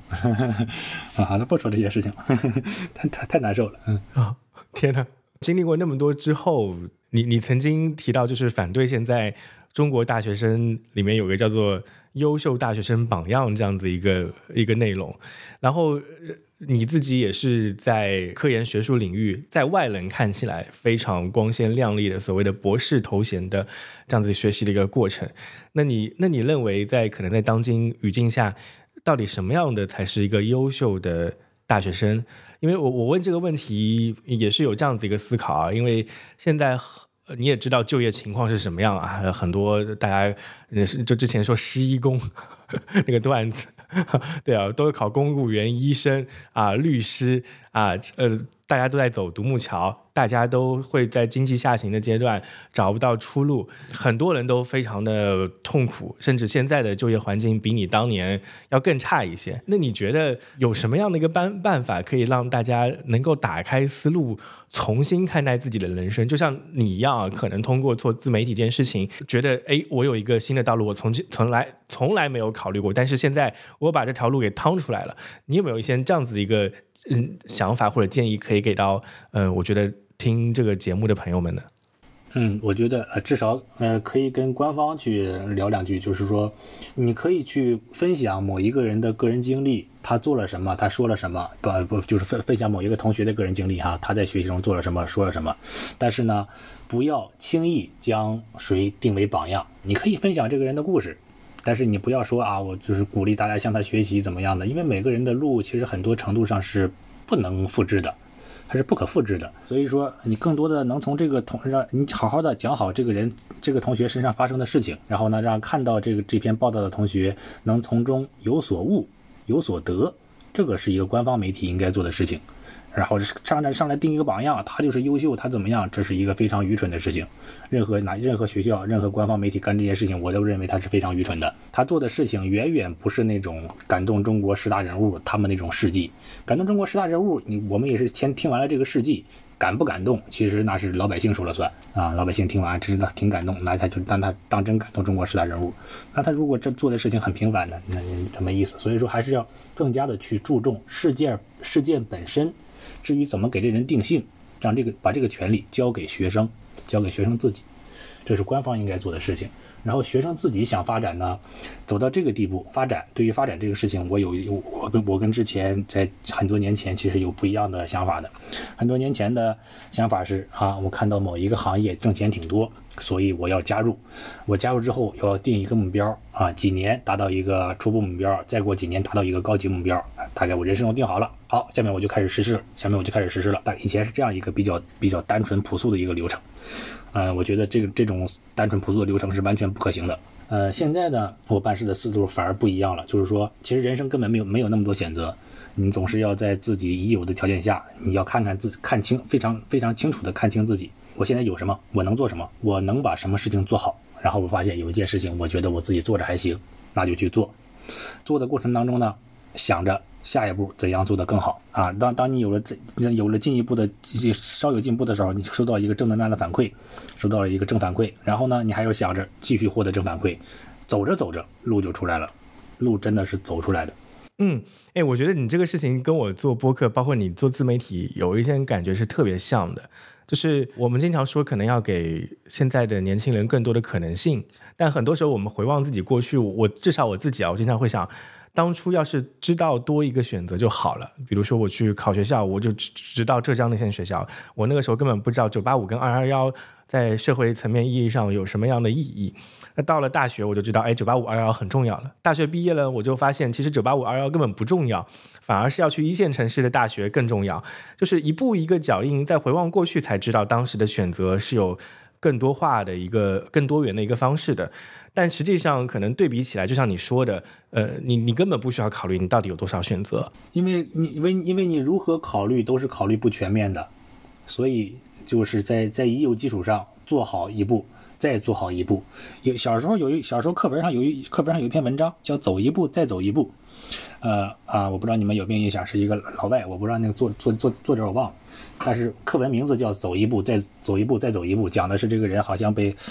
啊，好了，不说这些事情了，太太太难受了。嗯啊、哦，天哪！经历过那么多之后，你你曾经提到就是反对现在中国大学生里面有个叫做优秀大学生榜样这样子一个一个内容，然后你自己也是在科研学术领域，在外人看起来非常光鲜亮丽的所谓的博士头衔的这样子学习的一个过程。那你那你认为在可能在当今语境下，到底什么样的才是一个优秀的大学生？因为我我问这个问题也是有这样子一个思考啊，因为现在你也知道就业情况是什么样啊，很多大家就之前说失医工那个段子，对啊，都是考公务员、医生啊、律师啊，呃，大家都在走独木桥，大家都会在经济下行的阶段找不到出路，很多人都非常的痛苦，甚至现在的就业环境比你当年要更差一些。那你觉得有什么样的一个办办法可以让大家能够打开思路，重新看待自己的人生？就像你一样啊，可能通过做自媒体这件事情，觉得哎，我有一个新的道路，我从从来从来没有考虑过，但是现在我把这条路给趟出来了。你有没有一些这样子的一个嗯想法或者建议可以给到呃，我觉得听这个节目的朋友们呢？ 嗯，我觉得呃，至少呃，可以跟官方去聊两句，就是说，你可以去分享某一个人的个人经历，他做了什么，他说了什么，不不，就是分分享某一个同学的个人经历哈，他在学习中做了什么，说了什么，但是呢，不要轻易将谁定为榜样。你可以分享这个人的故事，但是你不要说啊，我就是鼓励大家向他学习怎么样的，因为每个人的路其实很多程度上是不能复制的。它是不可复制的，所以说你更多的能从这个同让你好好的讲好这个人这个同学身上发生的事情，然后呢，让看到这个这篇报道的同学能从中有所悟有所得，这个是一个官方媒体应该做的事情。然后上来上来定一个榜样，他就是优秀，他怎么样，这是一个非常愚蠢的事情。任何哪任何学校任何官方媒体干这件事情，我都认为他是非常愚蠢的。他做的事情远远不是那种感动中国十大人物他们那种事迹。感动中国十大人物，你我们也是先听完了这个事迹，感不感动其实那是老百姓说了算啊。老百姓听完知道挺感动，那他就当他当真感动中国十大人物。那他如果这做的事情很平凡的，那他没意思。所以说还是要更加的去注重事件事件本身。至于怎么给这人定性，让这个把这个权利交给学生，交给学生自己，这是官方应该做的事情。然后学生自己想发展呢，走到这个地步发展，对于发展这个事情，我有我跟我跟之前在很多年前其实有不一样的想法的。很多年前的想法是啊，我看到某一个行业挣钱挺多，所以我要加入。我加入之后要定一个目标啊，几年达到一个初步目标，再过几年达到一个高级目标，大概我人生都定好了。好，下面我就开始实施，下面我就开始实施了。但以前是这样一个比较比较单纯朴素的一个流程。呃，我觉得这个这种单纯朴素的流程是完全不可行的。呃，现在呢，我办事的思路反而不一样了，就是说，其实人生根本没有没有那么多选择，你总是要在自己已有的条件下，你要看看自己，看清非常非常清楚的看清自己，我现在有什么，我能做什么，我能把什么事情做好。然后我发现有一件事情，我觉得我自己做着还行，那就去做。做的过程当中呢，想着下一步怎样做得更好啊！当当你有了有了进一步的稍有进步的时候，你收到一个正能量的反馈，收到了一个正反馈，然后呢，你还要想着继续获得正反馈，走着走着路就出来了，路真的是走出来的。 嗯，哎，我觉得你这个事情跟我做播客，包括你做自媒体，有一些感觉是特别像的。就是我们经常说，可能要给现在的年轻人更多的可能性，但很多时候我们回望自己过去，我至少我自己啊，我经常会想，当初要是知道多一个选择就好了。比如说我去考学校，我就知道浙江那些学校，我那个时候根本不知道九八五跟二二一在社会层面意义上有什么样的意义。那到了大学我就知道，哎，九八五二一很重要了。大学毕业了，我就发现其实九八五二一根本不重要，反而是要去一线城市的大学更重要。就是一步一个脚印，再回望过去才知道当时的选择是有更多化的一个更多元的一个方式的。但实际上可能对比起来，就像你说的，呃，你你根本不需要考虑你到底有多少选择， 因为你因为因为你如何考虑都是考虑不全面的，所以就是在在已有基础上做好一步，再做好一步。有小时候有一小时候课本上有一课本上有一篇文章叫走一步再走一步，呃啊，我不知道你们有没有印象，是一个老外，我不知道那个作作作作者我忘了，但是课文名字叫走一步再走一步再走一步，讲的是这个人好像被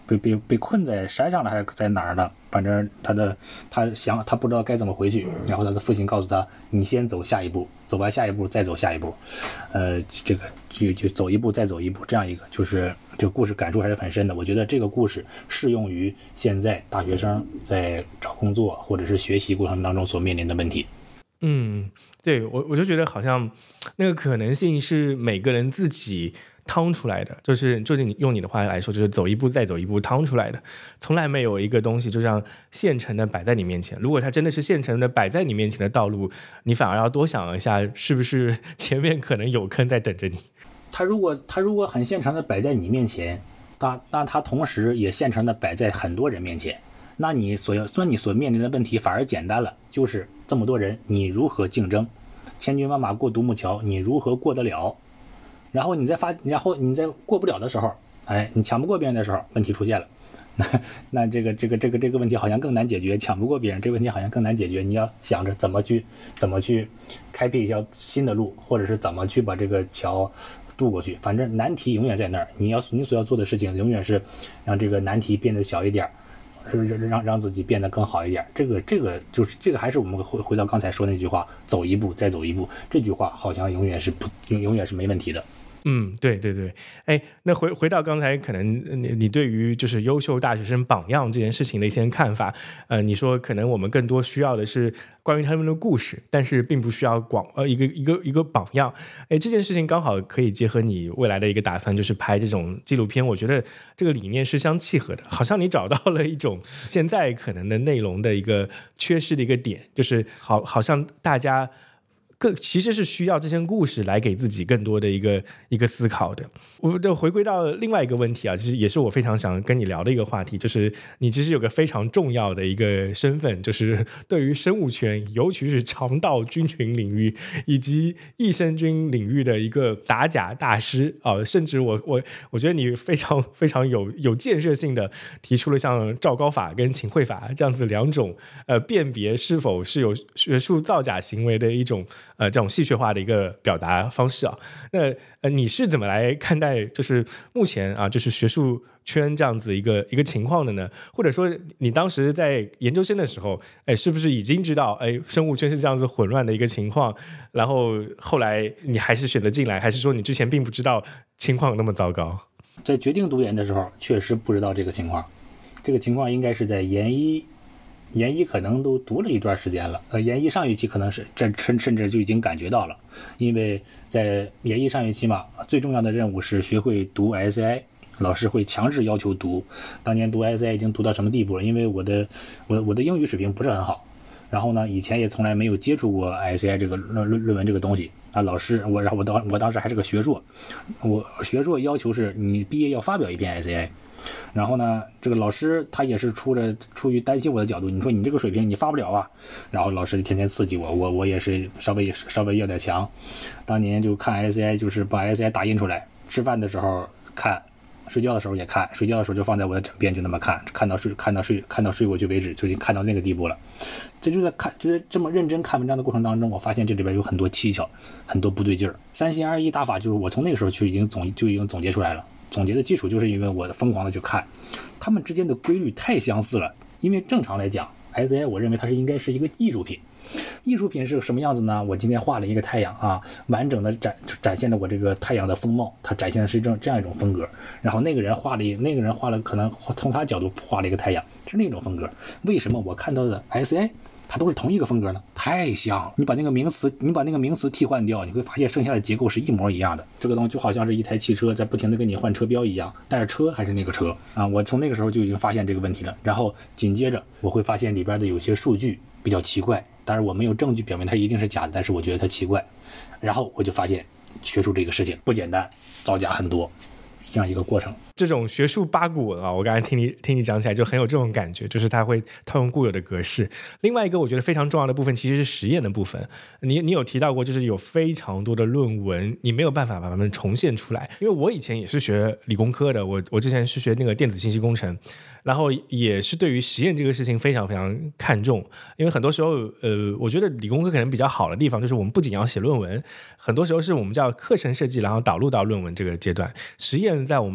被被被困在山上了还是在哪儿了？反正他的他想他不知道该怎么回去，然后他的父亲告诉他：“你先走下一步，走完下一步再走下一步。”呃，这个就就走一步再走一步，这样一个就是这个故事感触还是很深的。我觉得这个故事适用于现在大学生在找工作或者是学习过程当中所面临的问题。 嗯，对，我我就觉得好像那个可能性是每个人自己趟出来的，就是就是你用你的话来说，就是走一步再走一步趟出来的，从来没有一个东西就这样现成的摆在你面前。如果它真的是现成的摆在你面前的道路，你反而要多想一下，是不是前面可能有坑在等着你。 他如果他如果很现成的摆在你面前，那那他同时也现成的摆在很多人面前，那你所要，那你所面临的问题反而简单了，就是这么多人，你如何竞争？千军万马过独木桥，你如何过得了？然后你在发，然后你在过不了的时候，哎，你抢不过别人的时候，问题出现了。那那这个这个这个这个问题好像更难解决，抢不过别人这个问题好像更难解决。你要想着怎么去怎么去开辟一条新的路，或者是怎么去把这个桥渡过去。反正难题永远在那儿，你要你所要做的事情永远是让这个难题变得小一点，是让让自己变得更好一点。这个这个就是这个还是我们回回到刚才说那句话，走一步再走一步。这句话好像永远是不永永远是没问题的。 嗯，对对对，哎，那回回到刚才，可能你你对于就是优秀大学生榜样这件事情的一些看法，呃，你说可能我们更多需要的是关于他们的故事，但是并不需要广呃一个一个一个榜样。哎，这件事情刚好可以结合你未来的一个打算，就是拍这种纪录片，我觉得这个理念是相契合的。好像你找到了一种现在可能的内容的一个缺失的一个点，就是好好像大家更其实是需要这些故事来给自己更多的一个一个思考的。我就回归到另外一个问题啊，其实也是我非常想跟你聊的一个话题，就是你其实有个非常重要的一个身份，就是对于生物圈，尤其是肠道菌群领域以及益生菌领域的一个打假大师啊，甚至我我我觉得你非常非常有有建设性的提出了像赵高法跟秦桧法这样子两种呃辨别是否是有学术造假行为的一种呃这种戏谑化的一个表达方式啊。那呃你是怎么来看待就是目前啊就是学术圈这样子一个一个情况的呢？或者说你当时在研究生的时候，哎，是不是已经知道哎生物圈是这样子混乱的一个情况，然后后来你还是选择进来，还是说你之前并不知道情况有那么糟糕？ 在决定读研的时候确实不知道这个情况，这个情况应该是在研一研一可能都读了一段时间了，呃，研一上学期可能是这甚甚至就已经感觉到了，因为在研一上学期嘛，最重要的任务是学会读 S I， 老师会强制要求读。当年读 S I 已经读到什么地步了？因为我的我我的英语水平不是很好，然后呢，以前也从来没有接触过 S I 这个论论文这个东西啊。老师我然后我当我当时还是个学硕，我学硕要求是你毕业要发表一篇 S I。然后呢，这个老师他也是出着出于担心我的角度，你说你这个水平你发不了啊，然后老师就天天刺激我，我我也是稍微稍微有点强。当年就看 S I， 就是把 S I 打印出来，吃饭的时候看，睡觉的时候也看，睡觉的时候就放在我的枕边就那么看，看到睡看到睡看到睡过去为止，就已经看到那个地步了。这就在看就是这么认真看文章的过程当中，我发现这里边有很多蹊跷，很多不对劲儿。三心二意大法就是我从那个时候就已经总就已经总结出来了。总结的基础就是因为我疯狂的去看，他们之间的规律太相似了。因为正常来讲 ，S I 我认为它是应该是一个艺术品。艺术品是什么样子呢？我今天画了一个太阳啊，完整的展展现了我这个太阳的风貌，它展现的是这这样一种风格。然后那个人画了那个人画了可能从他角度画了一个太阳，是那种风格。为什么我看到的 S I？它都是同一个风格呢？太像！你把那个名词，你把那个名词替换掉，你会发现剩下的结构是一模一样的。这个东西就好像是一台汽车在不停的给你换车标一样，但是车还是那个车啊！我从那个时候就已经发现这个问题了。然后紧接着我会发现里边的有些数据比较奇怪，但是我没有证据表明它一定是假的，但是我觉得它奇怪。然后我就发现学术这个事情不简单，造假很多。这样一个过程，这种学术八股文啊，我刚才听你听你讲起来就很有这种感觉，就是它会套用固有的格式。另外一个我觉得非常重要的部分其实是实验的部分。你你有提到过，就是有非常多的论文，你没有办法把它们重现出来。因为我以前也是学理工科的，我我之前是学那个电子信息工程，然后也是对于实验这个事情非常非常看重。因为很多时候，呃，我觉得理工科可能比较好的地方就是我们不仅要写论文，很多时候是我们叫课程设计，然后导入到论文这个阶段。实验在我们所有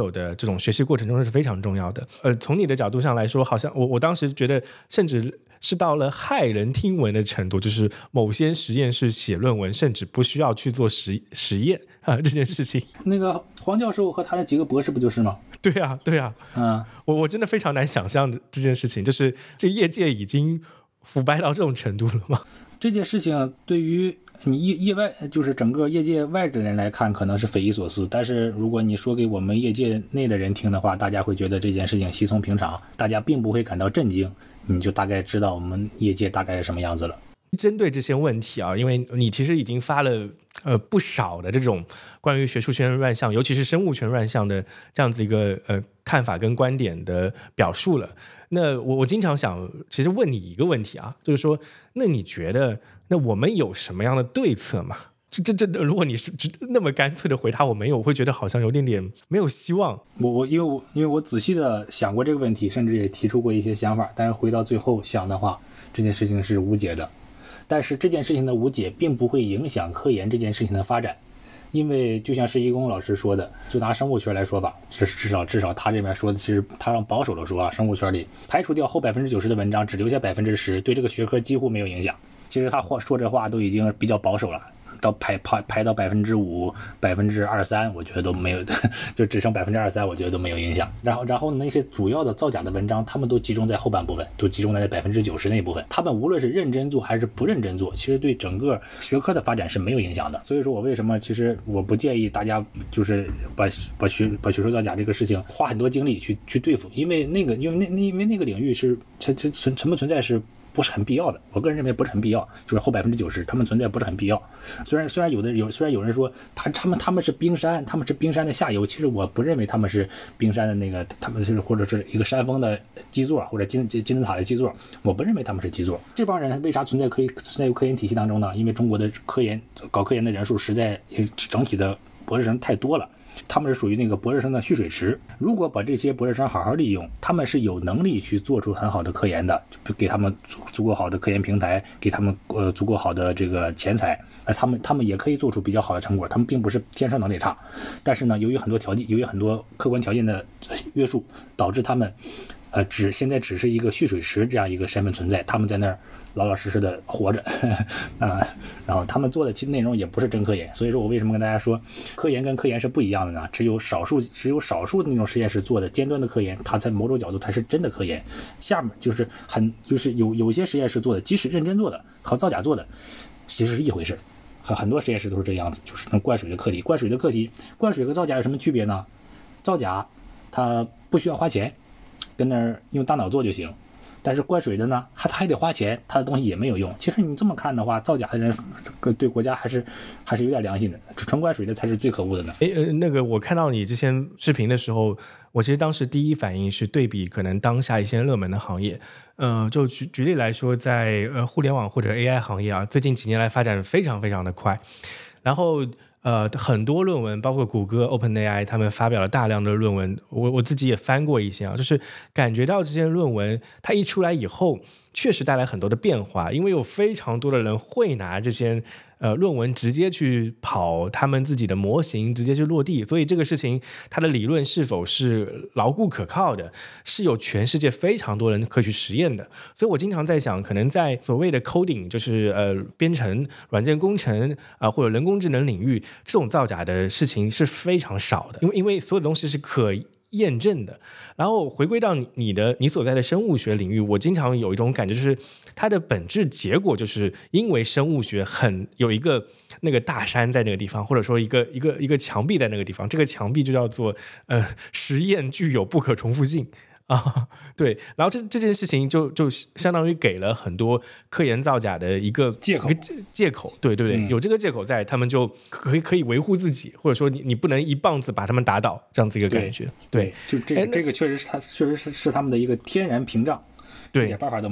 有的这种学习过程中是非常重要的。呃，从你的角度上来说，好像我我当时觉得，甚至是到了骇人听闻的程度，就是某些实验室写论文甚至不需要去做实实验啊，这件事情。 那个黄教授和他的几个博士不就是吗？ 对啊，对啊， 嗯， 我我真的非常难想象这件事情，就是这业界已经腐败到这种程度了吗？ 这件事情对于你业业外，就是整个业界外的人来看，可能是匪夷所思。但是如果你说给我们业界内的人听的话，大家会觉得这件事情稀松平常，大家并不会感到震惊，你就大概知道我们业界大概是什么样子了。 针对这些问题啊，因为你其实已经发了呃不少的这种关于学术圈乱象，尤其是生物圈乱象的这样子一个呃看法跟观点的表述了。那我我经常想，其实问你一个问题啊，就是说，那你觉得那我们有什么样的对策吗？这这这，如果你是那么干脆的回答我没有，我会觉得好像有点点没有希望。 我我因为我因为我仔细的想过这个问题，甚至也提出过一些想法，但是回到最后想的话，这件事情是无解的。但是这件事情的无解并不会影响科研这件事情的发展。因为就像施一公老师说的，就拿生物学来说吧，至至少至少他这边说的，其实他让保守的说啊，生物圈里排除掉后百分之九十的文章，只留下百分之十，对这个学科几乎没有影响。其实他话说这话都已经比较保守了，到排排排到百分之五、百分之二三，我觉得都没有，就只剩百分之二三，我觉得都没有影响。然后然后那些主要的造假的文章，他们都集中在后半部分，都集中在百分之九十那部分。他们无论是认真做还是不认真做，其实对整个学科的发展是没有影响的。所以说我为什么其实我不建议大家就是把把学把学术造假这个事情花很多精力去去对付，因为那个因为那因为那个领域是存存存不存在是不是很必要的，我个人认为不是很必要，就是后百分之九十，他们存在不是很必要。虽然虽然有的有虽然有人说他他们他们是冰山，他们是冰山的下游，其实我不认为他们是冰山的那个，他们是或者是一个山峰的基座或者金金字塔的基座，我不认为他们是基座。这帮人为啥存在科存在于科研体系当中呢？因为中国的科研搞科研的人数实在整体的博士生太多了。他们是属于那个博士生的蓄水池，如果把这些博士生好好利用，他们是有能力去做出很好的科研的，就给他们足够好的科研平台，给他们呃足够好的这个钱财，呃他们他们也可以做出比较好的成果，他们并不是天生能力差，但是呢，由于很多条件，由于很多客观条件的约束，导致他们呃只现在只是一个蓄水池这样一个身份存在，他们在那儿老老实实的活着啊，然后他们做的其实内容也不是真科研，所以说我为什么跟大家说科研跟科研是不一样的呢？只有少数只有少数的那种实验室做的尖端的科研，它在某种角度它是真的科研，下面就是很就是有有些实验室做的，即使认真做的和造假做的其实是一回事，和很多实验室都是这样子，就是能灌水的课题，灌水的课题，灌水和造假有什么区别呢？造假它不需要花钱，跟那儿用大脑做就行。但是灌水的呢，他他还得花钱，他的东西也没有用。其实你这么看的话，造假的人对国家还是还是有点良心的，纯灌水的才是最可恶的呢。 诶，呃，那个我看到你之前视频的时候，我其实当时第一反应是对比可能当下一些热门的行业，呃，就举举例来说，在呃互联网或者 A I 行业啊，最近几年来发展非常非常的快，然后。呃，很多论文，包括谷歌、OpenAI， 他们发表了大量的论文，我我自己也翻过一些啊，就是感觉到这些论文它一出来以后，确实带来很多的变化，因为有非常多的人会拿这些呃论文直接去跑他们自己的模型，直接去落地，所以这个事情它的理论是否是牢固可靠的，是有全世界非常多人可以去实验的。所以我经常在想，可能在所谓的 coding， 就是呃编程、软件工程啊、呃、或者人工智能领域，这种造假的事情是非常少的，因为因为所有东西是可验证的。然后回归到你你的你所在的生物学领域，我经常有一种感觉，就是它的本质结果就是因为生物学很有一个那个大山在那个地方，或者说一个一个一个墙壁在那个地方，这个墙壁就叫做呃实验具有不可重复性。啊，对，然后这这件事情就就相当于给了很多科研造假的一个借口， 一个借口，对对对、嗯，有这个借口在，他们就可以可以维护自己，或者说你你不能一棒子把他们打倒，这样子一个感觉，对， 对就这个这个确实是他确实是是他们的一个天然屏障， 对， 一点办法都没有。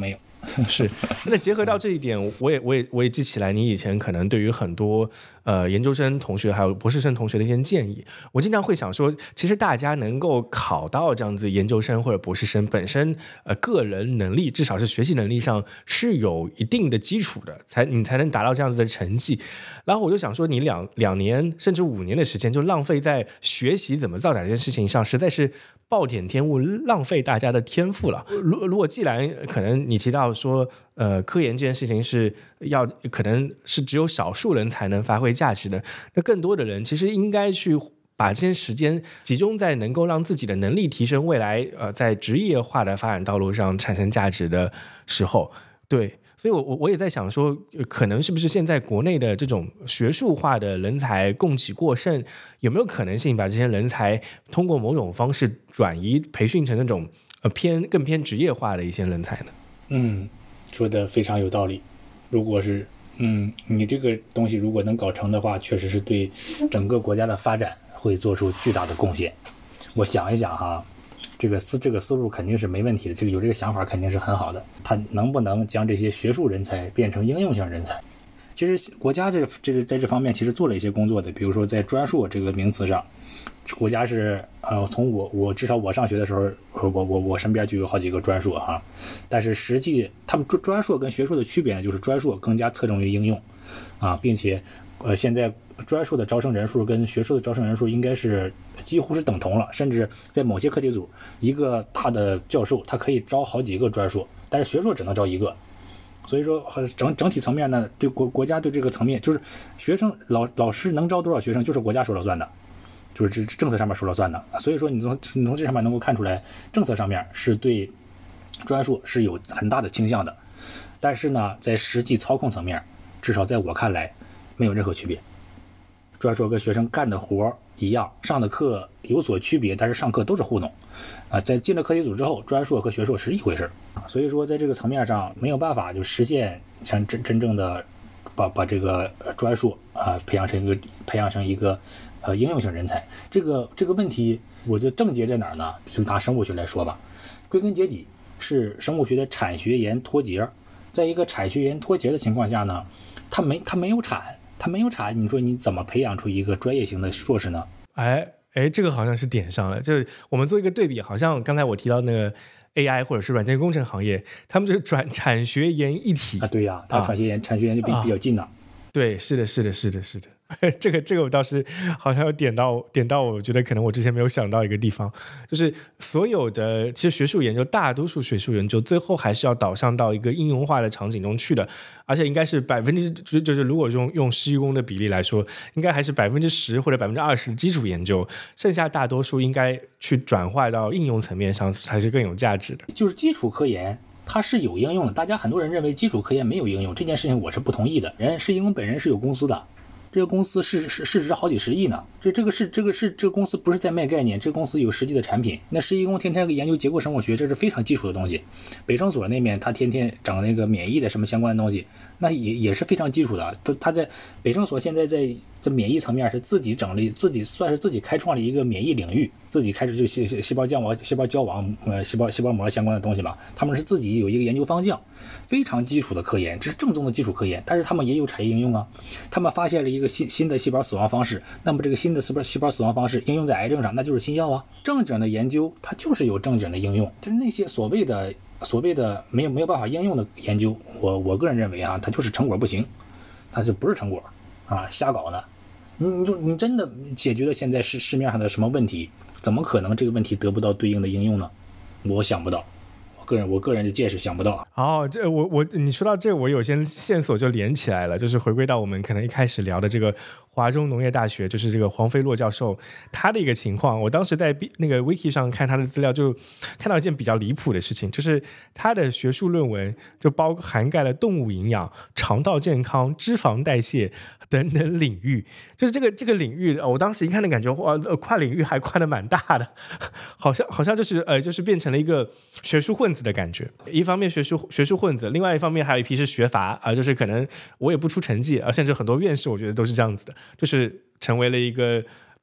是，那结合到这一点，我也我也我也记起来，你以前可能对于很多呃研究生同学还有博士生同学的一些建议，我经常会想说，其实大家能够考到这样子研究生或者博士生，本身呃个人能力至少是学习能力上是有一定的基础的，才你才能达到这样子的成绩。然后我就想说，你两两年甚至五年的时间就浪费在学习怎么造假这件事情上，实在是暴殄天物，浪费大家的天赋了。如如果既然可能你提到说，呃，科研这件事情是要可能是只有少数人才能发挥价值的，那更多的人其实应该去把这些时间集中在能够让自己的能力提升，未来呃在职业化的发展道路上产生价值的时候，对。所以我，我我也在想说，可能是不是现在国内的这种学术化的人才供给过剩，有没有可能性把这些人才通过某种方式转移培训成那种呃偏更偏职业化的一些人才呢？ 嗯，说的非常有道理。如果是嗯，你这个东西如果能搞成的话，确实是对整个国家的发展会做出巨大的贡献。我想一想哈。这个思这个思路肯定是没问题的，这个有这个想法肯定是很好的。他能不能将这些学术人才变成应用性人才？其实国家这这在这方面其实做了一些工作的，比如说在专硕这个名词上，国家是呃从我我至少我上学的时候，我我我身边就有好几个专硕哈，但是实际他们专专硕跟学硕的区别呢，就是专硕更加侧重于应用啊，并且呃现在专硕的招生人数跟学硕的招生人数应该是几乎是等同了，甚至在某些课题组，一个大的教授他可以招好几个专硕，但是学硕只能招一个。所以说整整体层面呢，对国国家对这个层面，就是学生老老师能招多少学生，就是国家说了算的，就是这政策上面说了算的。所以说你从你从这上面能够看出来，政策上面是对专硕是有很大的倾向的，但是呢，在实际操控层面，至少在我看来没有任何区别。专硕跟学生干的活一样，上的课有所区别，但是上课都是糊弄啊。在进了课题组之后，专硕和学硕是一回事。所以说在这个层面上没有办法就实现像真真正的把把这个专硕啊培养成一个培养成一个呃应用性人才。这个这个问题我觉得症结在哪儿呢？就拿生物学来说吧，归根结底是生物学的产学研脱节。在一个产学研脱节的情况下呢，它没它没有产。他没有产，你说你怎么培养出一个专业型的硕士呢？ 哎哎，这个好像是点上了。就是我们做一个对比，好像刚才我提到那个 A I 或者是软件工程行业，他们就是转产学研一体啊。对呀、啊，他产学研、啊、产学研就比比较近了。 对，是的，是的，是的，是的。这个这个我倒是好像有点到点到，我觉得可能我之前没有想到一个地方，就是所有的其实学术研究，大多数学术研究最后还是要导向到一个应用化的场景中去的，而且应该是百分之就是如果用用施工的比例来说，应该还是百分之十或者百分之二十的基础研究，剩下大多数应该去转化到应用层面上才是更有价值的。 就是基础科研。它是有应用的，大家很多人认为基础科研没有应用，这件事情我是不同意的。人施一公本人是有公司的，这个公司市市市值好几十亿呢，这这个是这个是这个公司不是在卖概念，这个公司有实际的产品。那施一公天天研究结构生物学，这是非常基础的东西。北生所那边他天天整那个免疫的什么相关的东西，那也也是非常基础的。他在北生所现在在在免疫层面是自己整了，自己算是自己开创了一个免疫领域，自己开始就细细胞浆网、细胞交网、呃细胞细胞膜相关的东西嘛。他们是自己有一个研究方向，非常基础的科研，这是正宗的基础科研。但是他们也有产业应用啊，他们发现了一个新新的细胞死亡方式，那么这个新的细胞细胞死亡方式应用在癌症上，那就是新药啊。正经的研究它就是有正经的应用，就是那些所谓的所谓的没有没有办法应用的研究，我我个人认为啊，它就是成果不行，它就不是成果啊，瞎搞呢。你你就你真的解决了现在市市面上的什么问题，怎么可能这个问题得不到对应的应用呢？我想不到，我个人我个人的见识想不到。 哦，这我我你说到这，我有些线索就连起来了，就是回归到我们可能一开始聊的这个华中农业大学，就是这个黄飞洛教授他的一个情况。我当时在那个 wiki 上看他的资料，就看到一件比较离谱的事情，就是他的学术论文就包涵盖了动物营养、肠道健康、脂肪代谢等等领域，就是这个这个领域，我当时一看的感觉，哇，跨领域还跨的蛮大的，好像好像就是呃，就是变成了一个学术混子的感觉。一方面学术学术混子，另外一方面还有一批是学阀啊、呃，就是可能我也不出成绩啊，甚至很多院士我觉得都是这样子的，就是成为了一个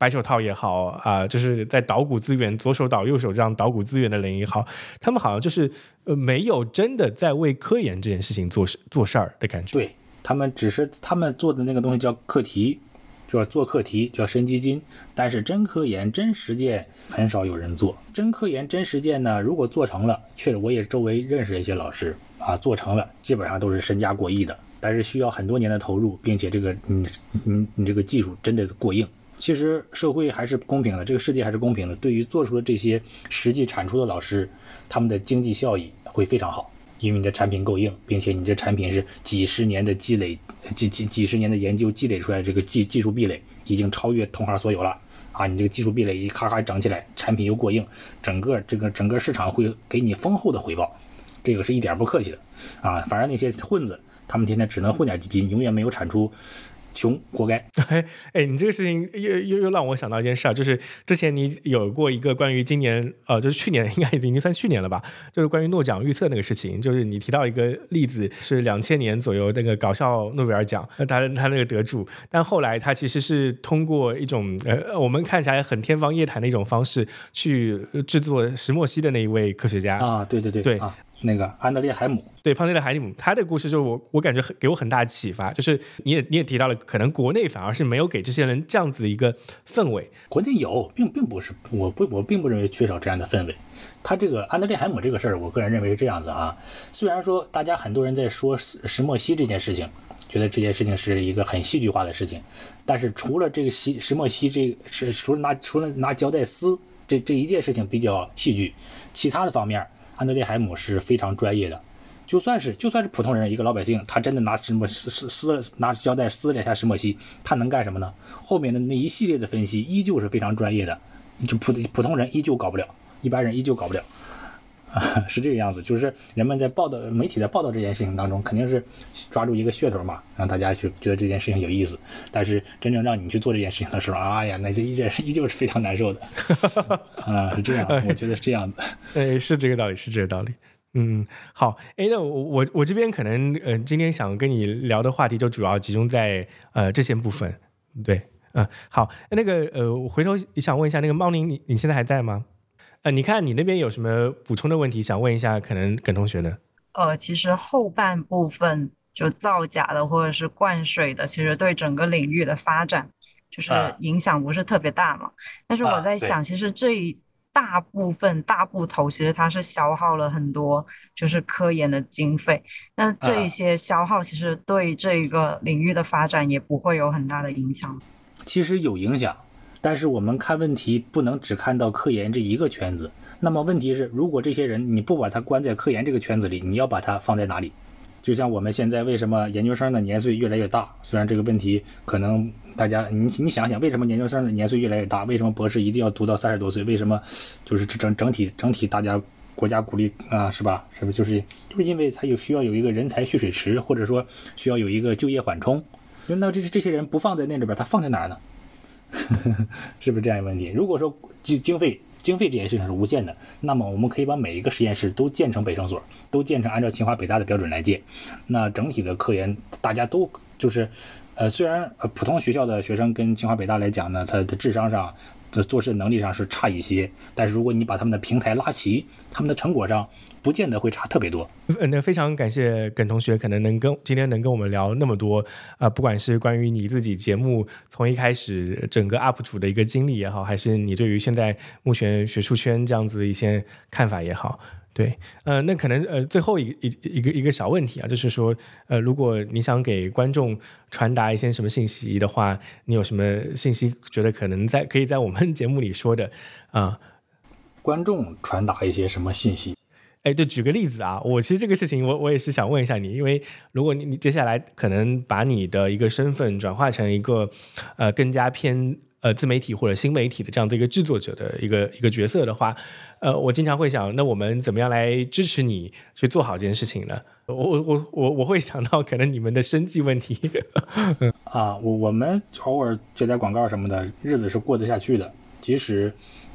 白手套也好啊、呃，就是在捣鼓资源，左手捣右手这样捣鼓资源的人也好，他们好像就是呃没有真的在为科研这件事情做做事儿的感觉。 对，他们只是他们做的那个东西叫课题，就是做课题叫申基金，但是真科研真实践很少有人做。真科研真实践呢，如果做成了，确实我也周围认识一些老师啊，做成了基本上都是身家过亿的，但是需要很多年的投入，并且这个你你你这个技术真的过硬。其实社会还是公平的，这个世界还是公平的，对于做出了这些实际产出的老师，他们的经济效益会非常好，因为你的产品够硬，并且你这产品是几十年的积累几几几十年的研究积累出来，这个技技术壁垒已经超越同行所有了啊！你这个技术壁垒一咔咔整起来，产品又过硬，整个这个整个市场会给你丰厚的回报，这个是一点不客气的啊！反正那些混子，他们天天只能混点基金，永远没有产出。穷活该。 哎哎，你这个事情又又又让我想到一件事啊，就是之前你有过一个关于今年呃，就是去年应该已经算去年了吧，就是关于诺奖预测那个事情，就是你提到一个例子是两千年左右那个搞笑诺贝尔奖，他他那个得主，但后来他其实是通过一种呃我们看起来很天方夜谭的一种方式去制作石墨烯的那一位科学家啊，对对对对。 啊那个安德烈海姆， 对，胖德烈海姆，他的故事就我我感觉很给我很大的启发，就是你也你也提到了，可能国内反而是没有给这些人这样子一个氛围。 国内有，并并不是我不我并不认为缺少这样的氛围。他这个安德烈海姆这个事儿，我个人认为是这样子啊。虽然说大家很多人在说石墨烯这件事情，觉得这件事情是一个很戏剧化的事情，但是除了这个石石墨烯这是除了拿除了拿胶带撕这这一件事情比较戏剧，其他的方面。安德烈海姆是非常专业的，就算是就算是普通人一个老百姓，他真的拿石墨撕撕撕拿胶带撕了一下石墨烯，他能干什么呢？后面的那一系列的分析依旧是非常专业的，就普普通人依旧搞不了，一般人依旧搞不了，啊、是这个样子。就是人们在报道媒体在报道这件事情当中，肯定是抓住一个噱头嘛，让大家去觉得这件事情有意思。但是真正让你去做这件事情的时候，哎呀，那这依旧依旧是非常难受的。啊，是这样，我觉得是这样的。 哎，是这个道理，是这个道理。嗯，好，哎，那我我我这边可能呃，今天想跟你聊的话题就主要集中在呃这些部分。对，嗯、呃，好，那个呃，我回头想问一下，那个猫宁，你你现在还在吗？呃，你看你那边有什么补充的问题想问一下，可能耿同学的。 呃，其实后半部分就造假的或者是灌水的，其实对整个领域的发展就是影响不是特别大嘛。啊、但是我在想，其实这一大部分大部头其实它是消耗了很多就是科研的经费，那这一些消耗其实对这个领域的发展也不会有很大的影响。 其实有影响。但是我们看问题不能只看到科研这一个圈子，那么问题是，如果这些人你不把他关在科研这个圈子里，你要把他放在哪里？就像我们现在为什么研究生的年岁越来越大，虽然这个问题可能大家你你想想，为什么研究生的年岁越来越大？为什么博士一定要读到三十多岁？为什么就是整整体整体大家国家鼓励啊，是吧？是不是就是就是因为他有需要有一个人才蓄水池，或者说需要有一个就业缓冲？那这这些人不放在那里边，他放在哪儿呢？是不是这样一个问题？如果说经经费经费这件事情是无限的，那么我们可以把每一个实验室都建成北生所，都建成按照清华北大的标准来建。那整体的科研大家都就是，呃，虽然呃普通学校的学生跟清华北大来讲呢，他的智商上、的做事能力上是差一些，但是如果你把他们的平台拉齐，他们的成果上不见得会差特别多。 那非常感谢耿同学，可能能跟今天能跟我们聊那么多，呃，不管是关于你自己节目从一开始整个 U P 主的一个经历也好，还是你对于现在目前学术圈这样子的一些看法也好。对，呃，那可能呃，最后一一一个一个小问题啊，就是说，呃，如果你想给观众传达一些什么信息的话，你有什么信息觉得可能在可以在我们节目里说的啊、呃？ 观众传达一些什么信息？ 哎，就举个例子啊，我其实这个事情我我也是想问一下你，因为如果你你接下来可能把你的一个身份转化成一个呃更加偏呃自媒体或者新媒体的这样的一个制作者的一个一个角色的话，呃，我经常会想，那我们怎么样来支持你去做好这件事情呢？我我我我会想到可能你们的生计问题啊，我我们偶尔接点广告什么的，日子是过得下去的，即使。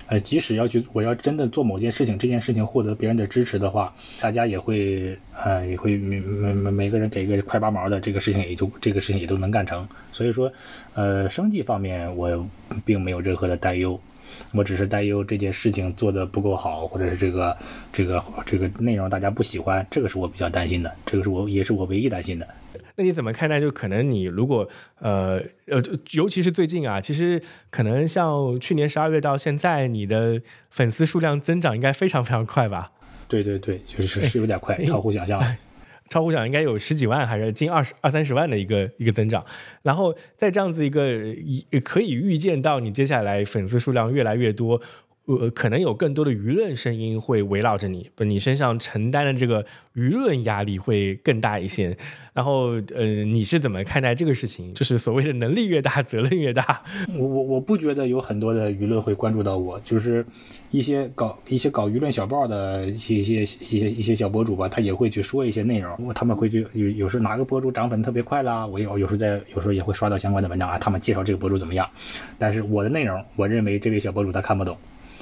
呃，即使要去我要真的做某件事情，这件事情获得别人的支持的话，大家也会呃也会每每每个人给个快八毛的，这个事情也就这个事情也都能干成。所以说，呃，生计方面我并没有任何的担忧。我只是担忧这件事情做得不够好，或者是这个这个这个内容大家不喜欢，这个是我比较担心的，这个是我也是我唯一担心的。 那你怎么看待？就可能你如果呃呃，尤其是最近啊，其实可能像去年十二月到现在，你的粉丝数量增长应该非常非常快吧？ 对对对，就是是有点快，超乎想象。 超乎想应该有十几万还是近二十二三十万的一个一个增长，然后在这样子一个可以预见到你接下来粉丝数量越来越多，呃，可能有更多的舆论声音会围绕着你，你身上承担的这个舆论压力会更大一些。然后，呃，你是怎么看待这个事情？就是所谓的能力越大，责任越大。 我我我不觉得有很多的舆论会关注到我，就是一些搞一些搞舆论小报的一些一些一些一些小博主吧，他也会去说一些内容，他们会去有有时候哪个博主涨粉特别快啦，我有有时候在有时候也会刷到相关的文章啊，他们介绍这个博主怎么样，但是我的内容，我认为这位小博主他看不懂。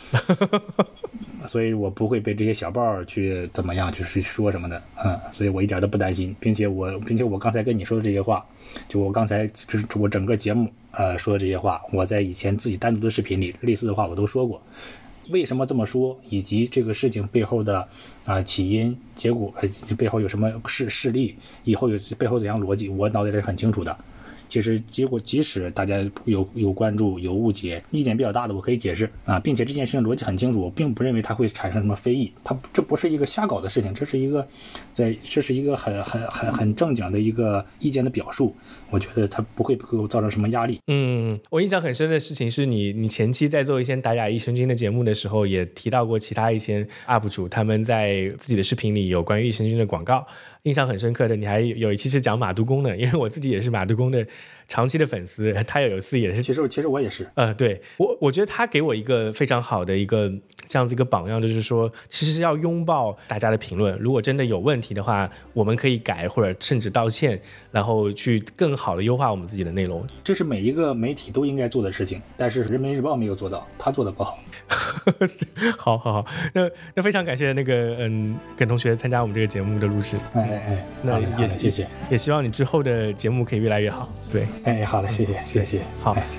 所以我不会被这些小报去怎么样去说什么的，嗯，所以我一点都不担心，并且我并且我刚才跟你说的这些话，就我刚才就是我整个节目呃说的这些话，我在以前自己单独的视频里类似的话我都说过，为什么这么说，以及这个事情背后的啊、呃、起因、结果，呃背后有什么事事例，以后有背后怎样逻辑，我脑袋里是很清楚的。其实结果即使大家有有关注有误解，意见比较大的我可以解释啊，并且这件事情逻辑很清楚，我并不认为它会产生什么非议，它这不是一个瞎搞的事情，这是一个在这是一个很很很很正经的一个意见的表述，我觉得它不会给我造成什么压力。 嗯，我印象很深的事情是你你前期在做一些打假益生菌的节目的时候，也提到过其他一些 U P 主他们在自己的视频里有关于益生菌的广告。印象很深刻的，你还有一期是讲马都公的，因为我自己也是马都公的长期的粉丝，他有一次也是， 其实其实我也是， 呃，对我我觉得他给我一个非常好的一个这样子一个榜样，就是说其实要拥抱大家的评论，如果真的有问题的话，我们可以改或者甚至道歉，然后去更好的优化我们自己的内容。 这是每一个媒体都应该做的事情，但是人民日报没有做到，他做的不好。 好好好，那那非常感谢那个嗯耿同学参加我们这个节目的录制。 哎哎哎， 那也谢谢， 也希望你之后的节目可以越来越好。对， 哎，好嘞，谢谢谢谢。 好。 哎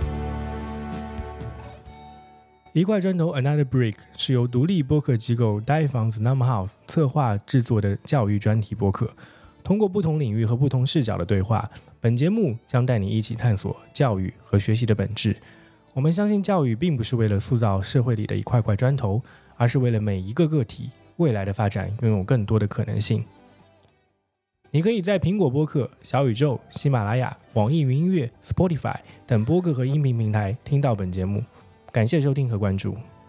一块砖头 Another Brick 是由独立播客机构 Die Fans Number House 策划制作的教育专题播客，通过不同领域和不同视角的对话，本节目将带你一起探索教育和学习的本质。我们相信教育并不是为了塑造社会里的一块块砖头，而是为了每一个个体未来的发展拥有更多的可能性。你可以在苹果播客、小宇宙、喜马拉雅、网易云音乐、Spotify 等播客和音频平台听到本节目。感谢收听和关注。